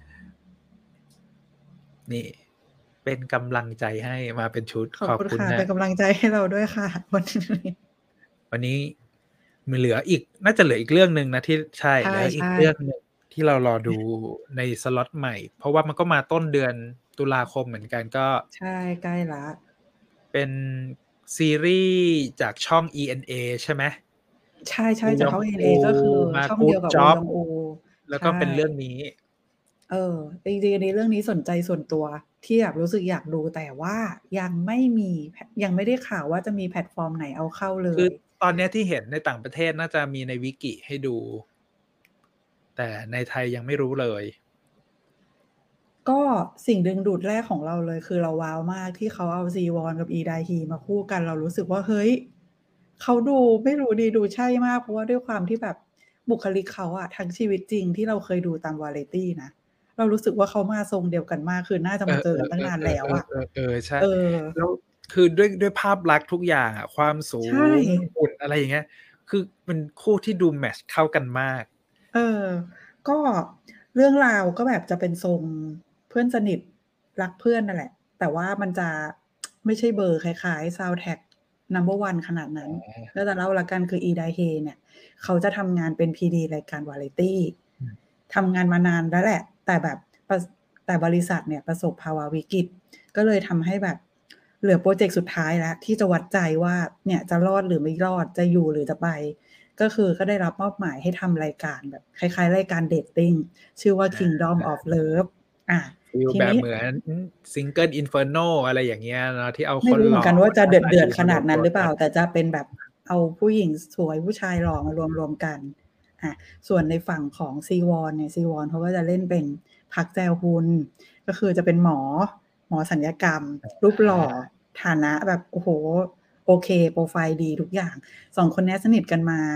นี่เป็นกำลังใจให้มาเป็นชุดขอบคุณค่ะเป็นกำลังใจให้เราด้วยค่ะวันนี้มีเหลืออีกน่าจะเหลืออีกเรื่องนึงนะที่ใช่แล้วอีกเรื่องนึงที่เรารอดูในสล็อตใหม่เพราะว่ามันก็มาต้นเดือนตุลาคมเหมือนกันก็ใช่ใกล้ละเป็นซีรีส์จากช่อง ENA ใช่ไหมใช่จากช่อง ENA ก็คือช่องเดียวกับวงอูแล้วก็เป็นเรื่องนี้จริงๆในเรื่องนี้สนใจส่วนตัวที่แบบรู้สึกอยากดูแต่ว่ายังไม่ได้ข่าวว่าจะมีแพลตฟอร์มไหนเอาเข้าเลยคือตอนนี้ที่เห็นในต่างประเทศน่าจะมีในวิกิให้ดูแต่ในไทยยังไม่รู้เลยก็สิ่งดึงดูดแรกของเราเลยคือเราว้าวมากที่เขาเอาซีวอนกับอีไดฮีมาคู่กันเรารู้สึกว่าเฮ้ยเขาดูไม่รู้ดีดูใช่มากเพราะว่าด้วยความที่แบบบุคลิกเขาอะทั้งชีวิตจริงที่เราเคยดูตามวาไรตี้นะเรารู้สึกว่าเขามาทรงเดียวกันมากคือน่าจะมาเจอกันตั้งนานแล้วอะใช่แล้วคือด้วยภาพลักษณ์ทุกอย่างอะความสูงหุ่นอะไรอย่างเงี้ยคือเป็นคู่ที่ดูแมทช์เข้ากันมากก็เรื่องราวก็แบบจะเป็นทรงเพื่อนสนิทรักเพื่อนนั่นแหละแต่ว่ามันจะไม่ใช่เบอร์คล้ายๆ Soundtrack Number 1ขนาดนั้นแล้วจะเล่าละกันคืออีไดเฮเนี่ยเขาจะทำงานเป็น PD รายการวาไรตี้ทำงานมานานแล้วแหละแต่บริษัทเนี่ยประสบภาวะวิกฤตก็เลยทำให้แบบเหลือโปรเจกต์สุดท้ายแล้วที่จะวัดใจว่าเนี่ยจะรอดหรือไม่รอดจะอยู่หรือจะไปก็คือก็ได้รับมอบหมายให้ทำรายการแบบคล้ายๆรายการเดทติ้งชื่อว่า Kingdom of Love ทีแบบเหมือน Single Inferno อะไรอย่างเงี้ยนะที่เอาคนไม่รู้เหมือนกันว่าจะเดือดขนาดนั้นหรือเปล่าแต่จะเป็นแบบเอาผู้หญิงสวยผู้ชายหล่อมารวมกันส่วนในฝั่งของซีวอนเนี่ยซีวอนเขาก็จะเล่นเป็นพักแจวฮุนก็คือจะเป็นหมอศัลยกรรมรูปหล่อฐานะแบบโอ้โหโอเคโปรไฟล์ดีทุกอย่าง2คนนี้สนิทกันมา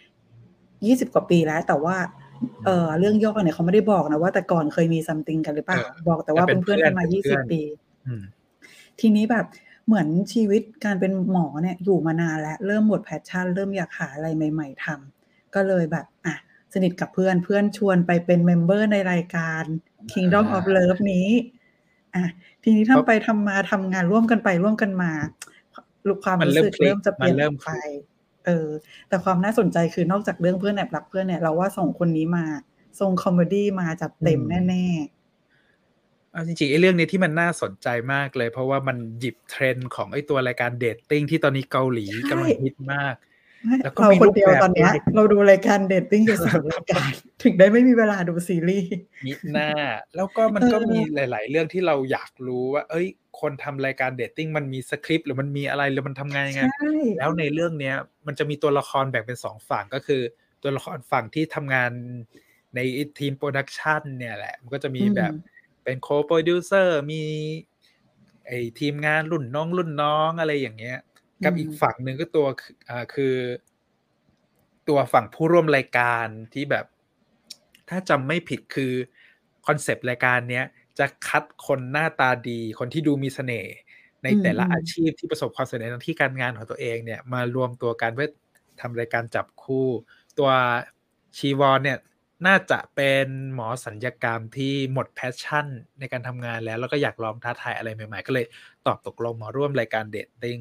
20กว่าปีแล้วแต่ว่าเรื่องย่อเนี่ยเขาไม่ได้บอกนะว่าแต่ก่อนเคยมีซัมติงกันหรือเปล่าบอกแต่ว่าเป็นเพื่อนกันมา20ปีทีนี้แบบเหมือนชีวิตการเป็นหมอเนี่ยอยู่มานานแล้วเริ่มหมดแพชชั่นเริ่มอยากหาอะไรใหม่ๆทำก็เลยแบบสนิทกับเพื่อนเพื่อนชวนไปเป็นเมมเบอร์ในรายการ Kingdom of Love นี้ทีนี้ทำไปทำมาทำงานร่วมกันไปร่วมกันมาความรู้สึกเริ่มจะเปลี่ยนไปแต่ความน่าสนใจคือนอกจากเรื่องเพื่อนแอบรักเพื่อนเนี่ยเราว่า2คนนี้มาทรงคอมเมดี้มาจัดเต็มแน่ๆจริงๆไอ้เรื่องนี้ที่มันน่าสนใจมากเลยเพราะว่ามันหยิบเทรนด์ของไอ้ตัวรายการเดทติ้งที่ตอนนี้เกาหลีกำลังฮิตมากแล้วก็มีรูปแบบตอนนี้เราดูรายการเดทติ้งอยู่3รายการถึงได้ไม่มีเวลาดูซีรีส์มิหน้าแล้วก็มันก็มีหลายๆเรื่องที่เราอยากรู้ว่าคนทำรายการเดทติ้งมันมีสคริปต์หรือมันมีอะไรหรือมันทำงานยังไงแล้วในเรื่องนี้มันจะมีตัวละครแบ่งเป็น2ฝั่งก็คือตัวละครฝั่งที่ทำงานในทีมโปรดักชันเนี่ยแหละมันก็จะมีแบบเป็นโคโปรดิวเซอร์มีทีมงานรุ่นน้องอะไรอย่างเงี้ยกับอีกฝั่งหนึ่งก็ตัวคือตัวฝั่งผู้ร่วมรายการที่แบบถ้าจำไม่ผิดคือคอนเซปต์รายการนี้จะคัดคนหน้าตาดีคนที่ดูมีเสน่ห์ในแต่ละอาชีพที่ประสบความสำเร็จในที่การงานของตัวเองเนี่ยมารวมตัวกันเพื่อทำรายการจับคู่ตัวชีวอนเนี่ยน่าจะเป็นหมอศัลยกรรมที่หมดแพชชั่นในการทำงานแล้วก็อยากลองท้าทายอะไรใหม่ๆก็เลยตอบตกลงมาร่วมรายการเดทติ้ง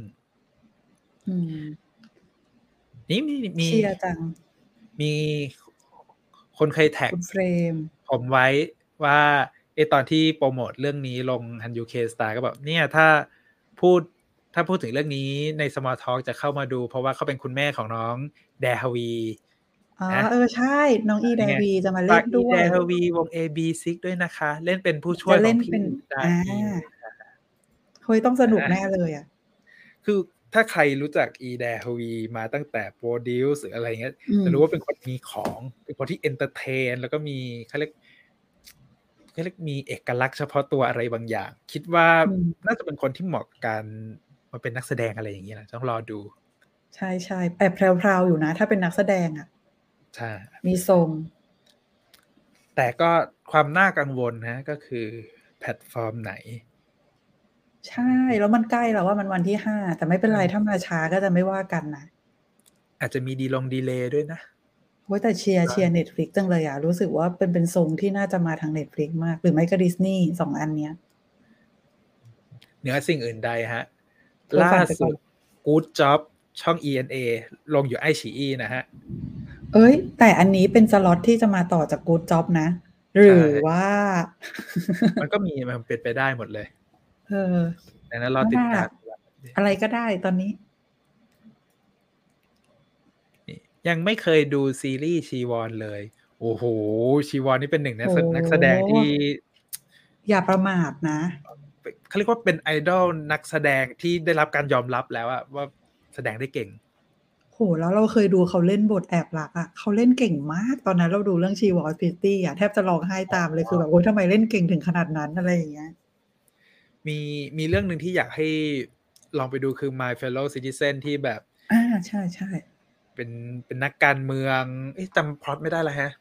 นี่มีเชียร์จังมีคนเคยแท็กเฟรมผมไว้ว่าตอนที่โปรโมทเรื่องนี้ลง Hanyu K-Star ก็บอกเนี่ยถ้าพูดถึงเรื่องนี้ใน Small Talk จะเข้ามาดูเพราะว่าเขาเป็นคุณแม่ของน้องแดฮาวีใช่น้องอีแดวีจะมาเล่นด้วยแดฮาวีวง AB6 ด้วยนะคะเล่นเป็นผู้ช่วยของพี่ดาอีเฮ้ยต้องสนุกแน่เลยคือถ้าใครรู้จักอีแดฮาวีมาตั้งแต่โปรดิวซ์หรืออะไรเงี้ยจะรู้ว่าเป็นคนมีของเป็นคนที่เอนเตอร์เทนแล้วก็มีเขาเรียกมีเอกลักษณ์เฉพาะตัวอะไรบางอย่างคิดว่าน่าจะเป็นคนที่เหมาะกับการมาเป็นนักแสดงอะไรอย่างเงี้ยนะต้องรอดูใช่ๆแอบแพรวๆอยู่นะถ้าเป็นนักแสดงใช่มีทรงแต่ก็ความน่ากังวลนะก็คือแพลตฟอร์มไหนใช่แล้วมันใกล้แล้วว่ามันวันที่5แต่ไม่เป็นไรถ้ามาช้าก็จะไม่ว่ากันนะอาจจะมีดีเลย์ด้วยนะโอ้ยแต่เชียร์ Netflix จังเลยรู้สึกว่าเป็นทรงที่น่าจะมาทาง Netflix มากหรือไม่ก็ Disney 2อันเนี้ยเหนือสิ่งอื่นใดฮะล่าสุด Good Job ช่อง ENA ลงอยู่ iQIYI นะฮะแต่อันนี้เป็นสล็อตที่จะมาต่อจาก Good Job นะหรือว่ามันก็มีมันเป็นไปได้หมดเลยดังนั้นรอติดตามอะไรก็ได้ตอนนี้ยังไม่เคยดูซีรีส์ชีวอนเลยโอ้โหชีวอนนี่เป็นหนึ่งในนักแสดงที่อย่าประมาทนะเขาเรียกว่าเป็นไอดอลนักแสดงที่ได้รับการยอมรับแล้วว่าแสดงได้เก่งโหแล้วเราเคยดูเขาเล่นบทแอบรักเขาเล่นเก่งมากตอนนั้นเราดูเรื่อง She Was Pretty แทบจะร้องไห้ตามเลยคือแบบโอ๊ยทำไมเล่นเก่งถึงขนาดนั้นอะไรอย่างเงี้ยมีเรื่องนึงที่อยากให้ลองไปดูคือ My Fellow Citizen ที่แบบใช่ๆเป็นนักการเมืองจำพล็อตไม่ได้แล้วฮะ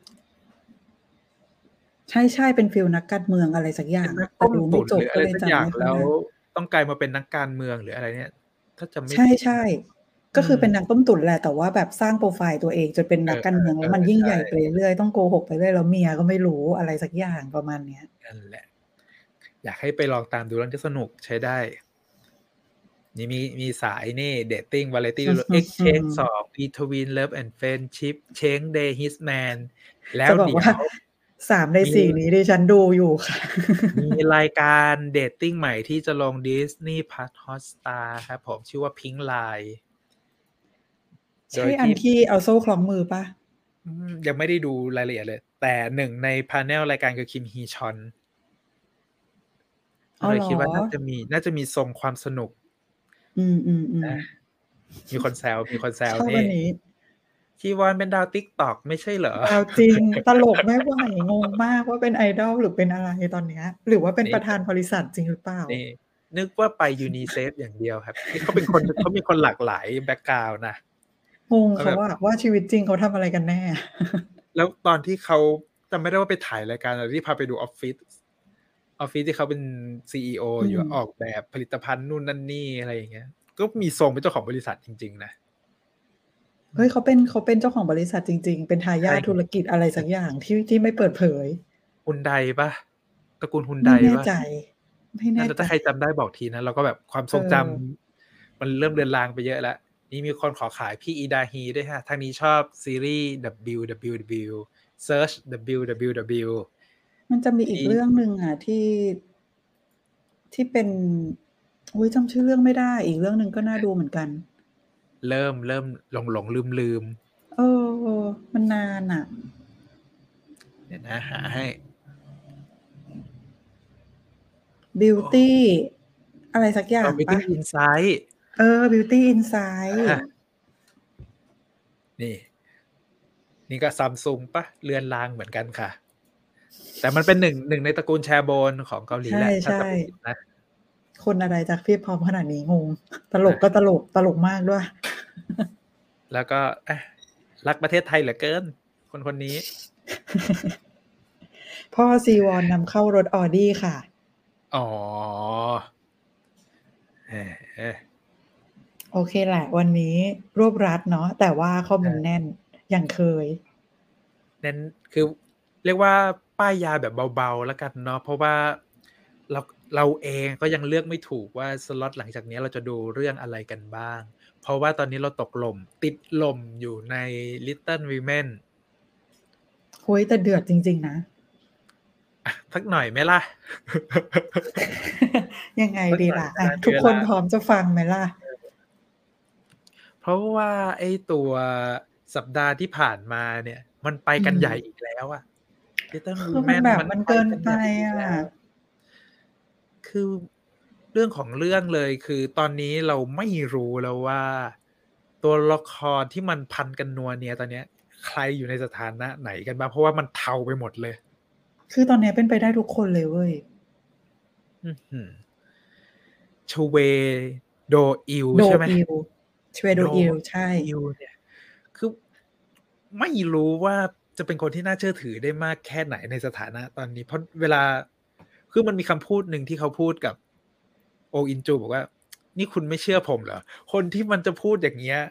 ใช่ๆเป็นฟีลนักการเมืองอะไรสักอย่างแต่ดูไม่จบก็เลยจำไม่ค่อยแล้วได้ต้องกลายมาเป็นนักการเมืองหรืออะไรเนี่ยถ้าจำไม่ใช่ๆก็คือเป็นนางต้มตุ๋นแหละแต่ว่าแบบสร้างโพรไฟล์ตัวเองจนเป็นนักการเมืองแล้วมันยิ่งใหญ่ไปเรื่อยๆต้องโกหกไปเรื่อยแล้วเมียก็ไม่รู้อะไรสักอย่างประมาณเนี้ยนั่นแหละอยากให้ไปลองตามดูแล้วจะสนุกใช้ได้นี่มีสายนี่เดทติ้งวาไรตี้Exchange 2 Between Love and Friendship Change Day His Man แล้วเดี๋ยว 3ใน4นี้ดิฉันดูอยู่ค่ะมีรายการเดทติ้งใหม่ที่จะลง Disney Plus Hotstar ครับผมชื่อว่า Pink Line ใช่อันที่เอาโซ่คล้องมือป่ะยังไม่ได้ดูรายละเอียดเลยแต่หนึ่งในพาเนลรายการคือคิมฮีชอนเลยคิดว่าน่าจะมีทรงความสนุกมีคนแซวชอบอันนี้ชีวอนเป็นดาว TikTok ไม่ใช่เหรอดาวจริงตลกไม่ไหวงงมากว่าเป็นไอดอลหรือเป็นอะไรตอนนี้หรือว่าเป็นประธานบริษัทจริงหรือเปล่านึกว่าไปยูนิเซฟอย่างเดียวครับเขาเป็นคนเขามีคนหลากหลายแบ็คกราวด์นะงงเขาว่าชีวิตจริงเขาทำอะไรกันแน่แล้วตอนที่เขาจำไม่ได้ว่าไปถ่ายรายการอะไรที่พาไปดูออฟฟิศที่เขาเป็น CEO อยู่ออกแบบผลิตภัณฑ์นู่นนั่นนี่อะไรอย่างเงี้ยก็มีทรงเป็นเจ้าของบริษัทจริงๆนะเฮ้ยเขาเป็นเจ้าของบริษัทจริงๆเป็นทายาทธุรกิจอะไรสักอย่างที่ไม่เปิดเผยฮุนไดปะตระกูลฮุนไดไม่แน่ปะใจไม่แน่ใจถ้าใครจำได้บอกทีนะเราก็แบบความทรงจำมันเริ่มเลือนลางไปเยอะแล้วนี่มีคนขอขายพี่อีดาฮีด้วยฮะทางนี้ชอบซีรีส์ WWW Search WWW มันจะมีอีกเรื่องหนึ่งอ่ะที่เป็นอุ้ยจำชื่อเรื่องไม่ได้อีกเรื่องหนึ่งก็น่าดูเหมือนกันเริ่มหลงลืมมันนานอ่ะเดี๋ยวนะหาให้ Beauty อะไรสักอย่างปะ Beauty Insight Beauty Insight นี่ก็ซัมซุงปะเรือนรางเหมือนกันค่ะแต่มันเป็นหนึ่งในตระกูลแชร์โบนของเกาหลีแหละถ้าจะผิดนะคนอะไรจากพี่พร้อมขนาดนี้งงตลกก็ตลกมากด้วยแล้วก็รักประเทศไทยเหลือเกินคนนี้พ่อซีวอนนำเข้ารถออดี้ค่ะอ๋อโอเคแหละวันนี้รวบรัดเนาะแต่ว่าข้อมูลแน่นอย่างเคยแน่นคือเรียกว่าป้ายยาแบบเบาๆแล้วกันเนาะเพราะว่าเราเองก็ยังเลือกไม่ถูกว่าสล็อตหลังจากนี้เราจะดูเรื่องอะไรกันบ้างเพราะว่าตอนนี้เราติดลมอยู่ใน Little Women โอ้ยแต่เดือดจริงๆนะทักหน่อยไหมล่ะยังไงดีล่ะทุกคนพร้อมจะฟังไหมล่ะเพราะว่าไอ้ตัวสัปดาห์ที่ผ่านมาเนี่ยมันไปกันใหญ่อีกแล้วอะ Little คือมัน Women แบบมันเกินไปอ่ะคือเรื่องของเรื่องเลยคือตอนนี้เราไม่รู้แล้วว่าตัวละครที่มันพันกันนัวเนี่ยตอนนี้ใครอยู่ในสถานะไหนกันบ้างเพราะว่ามันเทาไปหมดเลยคือตอนนี้เป็นไปได้ทุกคนเลยเว้ยชเวโดอิลใช่ไหมชเวโดอิลใช่เนี่ยคือไม่รู้ว่าจะเป็นคนที่น่าเชื่อถือได้มากแค่ไหนในสถานะตอนนี้เพราะเวลาคือมันมีคำพูดหนึ่งที่เขาพูดกับโออินจูบอกว่านี่คุณไม่เชื่อผมเหรอคนที่มันจะพูดอย่างเงี้ย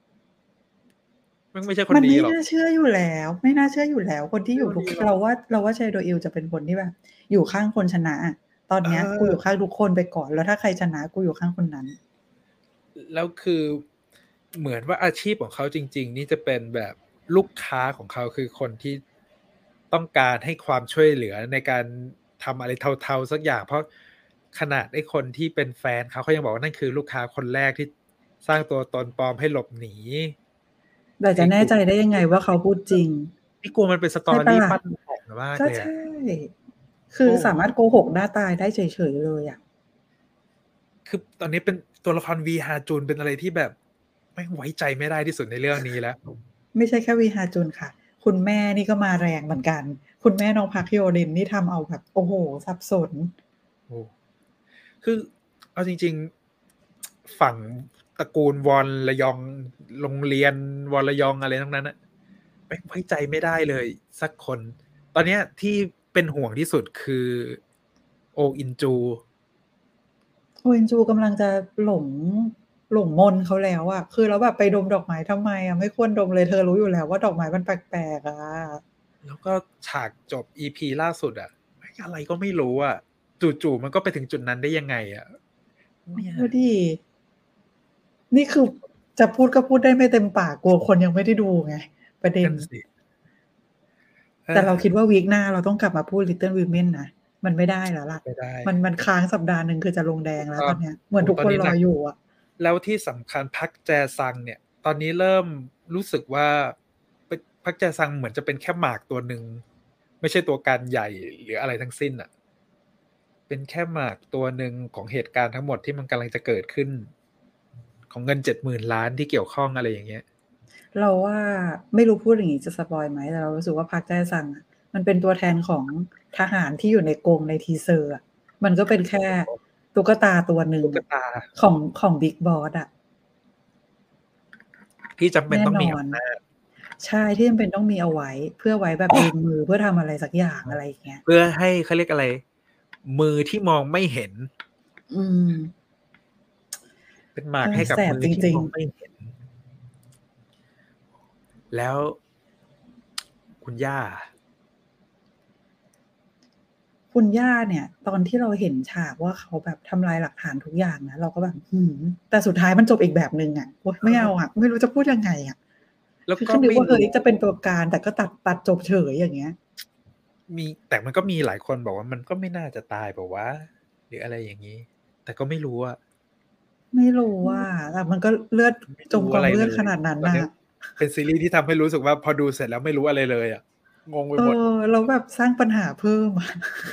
ไม่ใช่คนดีหรอกมันไม่น่าเชื่ออยู่แล้วคนที่อยู่ทุกเราว่าเชโดอิลจะเป็นคนที่แบบอยู่ข้างคนชนะตอนนี้กูอยู่ข้างทุกคนไปก่อนแล้วถ้าใครชนะกูอยู่ข้างคนนั้นแล้วคือเหมือนว่าอาชีพของเขาจริงๆนี่จะเป็นแบบลูกค้าของเขาคือคนที่ต้องการให้ความช่วยเหลือในการทำอะไรเทาๆสักอย่างเพราะขนาดไอ้คนที่เป็นแฟนเขายังบอกว่านั่นคือลูกค้าคนแรกที่สร้างตัวตนปลอมให้หลบหนีแต่จะแน่ใจได้ยังไงว่าเขาพูดจริงนี่กลัวมันเป็นสตอรี่ปั้นแต่งมากเลยก็ใช่คือสามารถโกหกหน้าตายได้เฉยๆเลยอ่ะคือตอนนี้เป็นตัวละครวีฮาจูนเป็นอะไรที่แบบไม่ไว้ใจไม่ได้ที่สุดในเรื่องนี้แล้วไม่ใช่แค่วีฮาจุนค่ะคุณแม่นี่ก็มาแรงเหมือนกันคุณแม่น้องพักฮิโอรินนี่ทำเอาแบบโอ้โหสับสนคือเอาจริงๆฝั่งตระกูลวอนระยองโรงเรียนวอนระยองอะไรทั้งนั้นไม่ไว้ใจไม่ได้เลยสักคนตอนนี้ที่เป็นห่วงที่สุดคือโออินจูกำลังจะหลงมนเขาแล้วอะคือแล้วแบบไปดมดอกไม้ทำไมอะไม่ควรดมเลยเธอรู้อยู่แล้วว่าดอกไม้มันแปลกๆอะแล้วก็ฉากจบ EP ล่าสุดอะอะไรก็ไม่รู้อะจู่ๆมันก็ไปถึงจุดนั้นได้ยังไงอะเนี่ยดินี่คือจะพูดก็พูดได้ไม่เต็มปากกลัวคนยังไม่ได้ดูไงประเด็นแต่เราคิดว่าวีคหน้าเราต้องกลับมาพูด Little Women นะมันไม่ได้แล้วล่ะมันค้างสัปดาห์นึงคือจะลงแดงแล้วตอนเนี้ยเหมือนทุกคนรออยู่อะแล้วที่สำคัญพักแจซังเนี่ยตอนนี้เริ่มรู้สึกว่าพักแจซังเหมือนจะเป็นแค่หมากตัวหนึ่งไม่ใช่ตัวการใหญ่หรืออะไรทั้งสิ้นอ่ะเป็นแค่หมากตัวหนึ่งของเหตุการณ์ทั้งหมดที่มันกำลังจะเกิดขึ้นของเงิน70,000 ล้านที่เกี่ยวข้องอะไรอย่างเงี้ยเราว่าไม่รู้พูดอย่างนี้จะสปอยไหมแต่เรารู้สึกว่าพักแจซังมันเป็นตัวแทนของทหารที่อยู่ในกรงในทีเซอร์มันก็เป็นแค่ตุ๊กตาตัวหนึ่งของบิ๊กบอสอะที่จำเป็นต้องมีอำนาจใช่ที่จำเป็นต้องมีเอาไว้เพื่อไว้แบบยืมมือเพื่อทำอะไรสักอย่างอะไรอย่างเงี้ยเพื่อให้เขาเรียกอะไรมือที่มองไม่เห็นเป็นหมากให้กับมือที่มองไม่เห็นแล้ว คุณย่าคุณย่าเนี่ย ตอนที่เราเห็นฉากว่าเขาแบบทำลายหลักฐานทุกอย่างนะ เราก็แบบ แต่สุดท้ายมันจบอีกแบบหนึ่งอะ โอ๊ย ไม่เอาอะ ไม่รู้จะพูดยังไงอะแล้วคือก็ก็นึไกว่าม่รเฮ้ยู้จะเป็นตัวการ แต่ก็ตัดจบเฉย อย่างเงี้ยแต่มันก็มีหลายคนบอกว่า มันก็ไม่น่าจะตายเปล่าวะ หรืออะไรอย่างงี้ แต่ก็ไม่รู้อะไม่รู้อะ แต่มันก็เลือดไม่จรมู้กองเลือะไรเอลยดขนาดนั้นนตอน่เนี้ยะเป็นซีรีส์ที่ทำให้รู้สึกว่า พอดูเสร็จแล้วไม่รู้อะไรเลยอะ งงไปเอหมดอ แล้วแบบสร้างปัญหาเพิ่ม อะ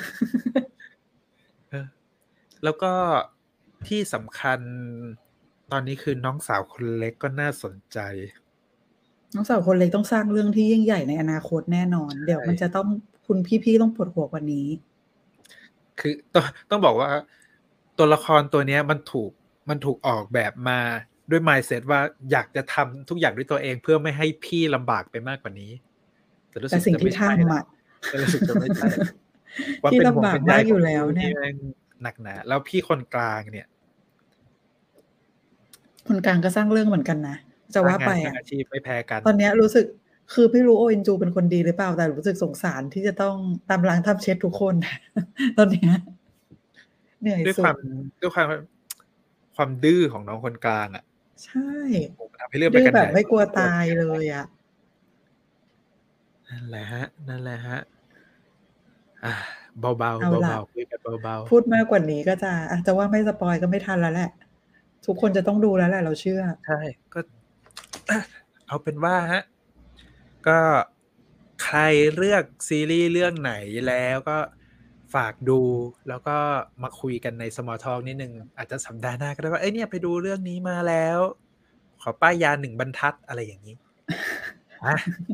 เออ แล้วก็ที่สำคัญ ตอนนี้คือน้องสาวคนเล็กก็น่าสนใจน้องสาวคนเล็กต้องสร้างเรื่องที่ยิ่งใหญ่ในอนาคตแน่นอนใชเดี๋ยวมันจะ่ต้อง คุณพี่ ๆ ต้องปวดหัวกว่านี้คือ ต้องบอกว่า ตัวละครตัวเนี้ยมันถูกออกแบบมาด้วย mindset ว่า อยากจะทำทุกอย่างด้วยตัวเอง เพื่อไม่ให้พี่ลำบากไปมากกว่านี้ แต่รู้แตสึ่สิ่งทกจะไีม่่ใทช่แำล้อวะรู้สึกจะไม่ใช่ ควาทมี่ลเป็นห่วำงบาเปก็นใยมากอยูของ่แล้พวี่เนนี่ยแม่งหนักหนา แล้วพี่คนกลางเนี่ยคนกลางก็สร้างเรื่องเหมือนกันนะ จะสร้วา่งางไาปนสร้าองะอาชีพไม่แพ้กันตอนเนี้ยรู้สึก คือไม่รู้ โออินจูเป็นคนดีหรือเปล่า แต่รู้สึกสงสารที่จะต้องตามล้างตามเช็ดทุกคน ตอนเนี้ย เหนื่อยสด้วยคุวาดม ความดื้อของน้องคนกลางอะใช่มันทำให้เรื่องดไปื้อกันใหญแบบ่ไม่กลัวพอสมคตวราเหมือนกันนยเละยอะนั่นแหละครับ เบาเอาล่ะๆ คุยกันเบาพูดมากกว่านี้ก็จะ จะว่าไม่สปอยล์ก็ไม่ทันแล้วแหละ ทุกคนจะต้องดูแล้วแหละ เราเชื่อๆ ใช่ ก็ เอาเป็นว่าครับ ก็ใครเลือกซีรีส์เรื่องไหนแล้วก็ฝากดู แล้วก็มาคุยกันใน Small Talk นิดหนึ่ง อาจจะสัปดาห์หน้าก็ได้ว่า เฮ้ย เนี่ยไปดูเรื่องนี้มาแล้ว ขอป้ายยา 1 บรรทัด อะไรอย่างงี้ อา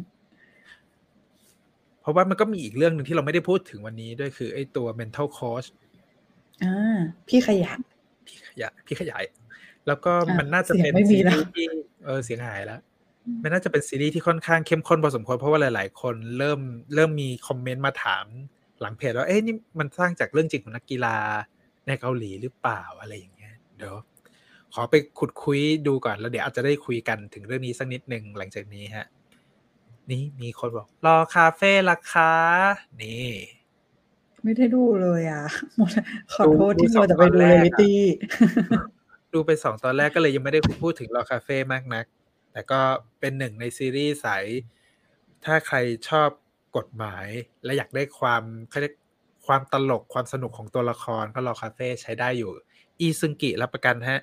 เพราะว่ามันก็มีอีกเรื่องหนึ่งที่เราไม่ได้พูดถึงวันนี้ด้วย คือไอ้ตัว Mental Coach อา พี่ขยะพี่ขยาย แล้วก็มันน่าเจสะีเยปง็นไม่มซีีแลร้ีวส์ที่ เสียงหายแล้ว มันน่าจะเป็นซีรีส์ที่ค่อนข้างเข้มข้นพอสมควร เพราะว่าหลาย ๆ คนเริ่มมีคอมเมนต์มาถามหลังเพจว่า เอ๊ะ นี่มันสร้างจากเรื่องจริงของนักกีฬาในเกาหลีหรือเปล่า อะไรอย่างเงี้ย เดี๋ยวขอไปขุดคุ้ยดูก่อน แล้วเดี๋ยวอาจจะได้คุยกันถึงเรื่องนี้สักนิดหนึ่งหลังจากนี้ครับ นี่มีคนบอก รอคาเฟล่ะคะ นี่ไม่ได้ดูเลยอะ มัวแต่ ขอโทษดูที่มัวแต่ 2 ตไปดูอนแรกอะ Reality ดูไป 2 ตอนแรก ก็เลยยังไม่ได้พูดถึงรอคาเฟมากนัก แต่ก็เป็นหนึ่งในซีรีส์สาย ถ้าใครชอบกฎหมายและอยากได้ความ เขาเรียกความตลก ความสนุกของตัวละคร ก็รอคาเฟใช้ได้อยู่ อีซึงกิรับประกันครับ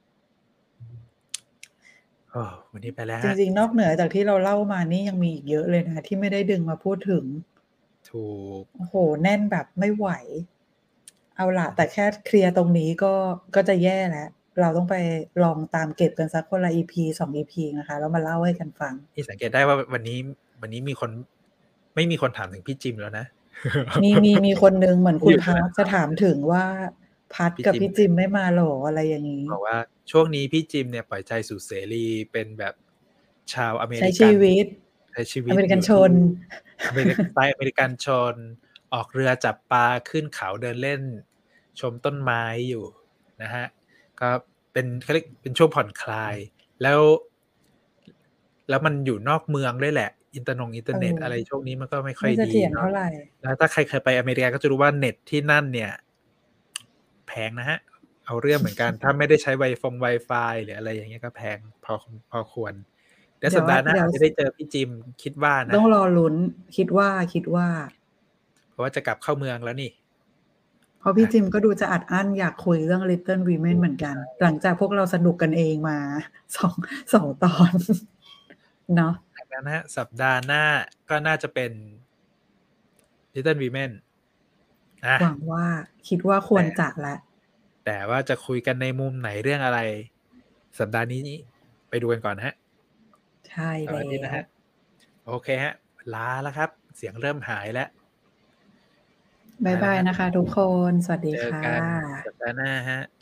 วันนี้ไปแล้วจครับริง ๆ นอกเหนือจากที่เราเล่ามานี่ยังมีอีกเยอะเลยนะที่ไม่ได้ดึงมาพูดถึงถูกโอ้โฮ แน่นแบบไม่ไหว เอาล่ะ แต่แค่เคลียร์ตรงนี้ก็จะแย่แล้ว เราต้องไปลองตามเก็บกันสักคนละ EP 2 EP นะคะ แล้วมาเล่าให้กันฟังนี่สังเกตได้ว่าวันนี้มีคน ไม่มีคนถามถึงพี่จิมแล้วนะมีคนหนึ่งเหมือนคุณพัดจะถามอยู่ถึงว่า พัดกับพี่จิมไม่มาเหรอ อะไรอย่างงี้บอกว่าช่วงนี้พี่จิมเนี่ยปล่อยใจสู่เสรีเป็นแบบชาวอเมใช้ชริกัีนวิตใช้ชีวิอเมริกตอันยู่ที่ชนสไตล์อเมริกันชน ออกเรือจับปลา ขึ้นเขาเดินเล่น ชมต้นไม้อยู่นะครับ ก็เป็น เขาเรียกเป็นช่วงผ่อนคลาย แล้วมันอยู่นอกเมืองด้วยแหละ อินเทอร์เน็ตอะไรช่วงนี้มันก็ไม่ค่ไมอย่เสดีเนถียรเาท่ะาไรแล้วถ้าใครเคยไปอเมริกาก็จะรู้ว่าเน็ตที่นั่นเนี่ย แพงนะครับ เอาเรื่องเหมือนกัน ถ้าไม่ได้ใช้ไวฟาย หรืออะไรอย่างเงี้ย ก็แพงพอควร เดี๋ยวสัปดาห์หน้าอาจจะได้เจอพี่จิม คิดว่านะต้องรอลุ้น คิดว่าเพราะว่าจะกลับเข้าเมืองแล้วนี่เพราะพี่จิมก็ดูจะอัดอั้นอยากคุยเรื่อง Little Women เหมือนกัน หลังจากพวกเราสนุกกันเองมา 2 ตอน เนาะดังนั้นนะครับสัปดาห์หน้าก็น่าจะเป็น Little Women หวังว่า คิดว่าควรจะแล้วแต่ว่าจะคุยกันในมุมไหนเรื่องอะไร สัปดาห์นี้ไปดูกันก่อนนะครับใช่แล้อาทิตย์นะคว รับ โอเคครับ ลาแล้วครับ เสียงเริ่มหายแล้วบ๊ายบายนะคะทุกคน สวัสดีเจอค่กันะสัปดาห์หน้าครับ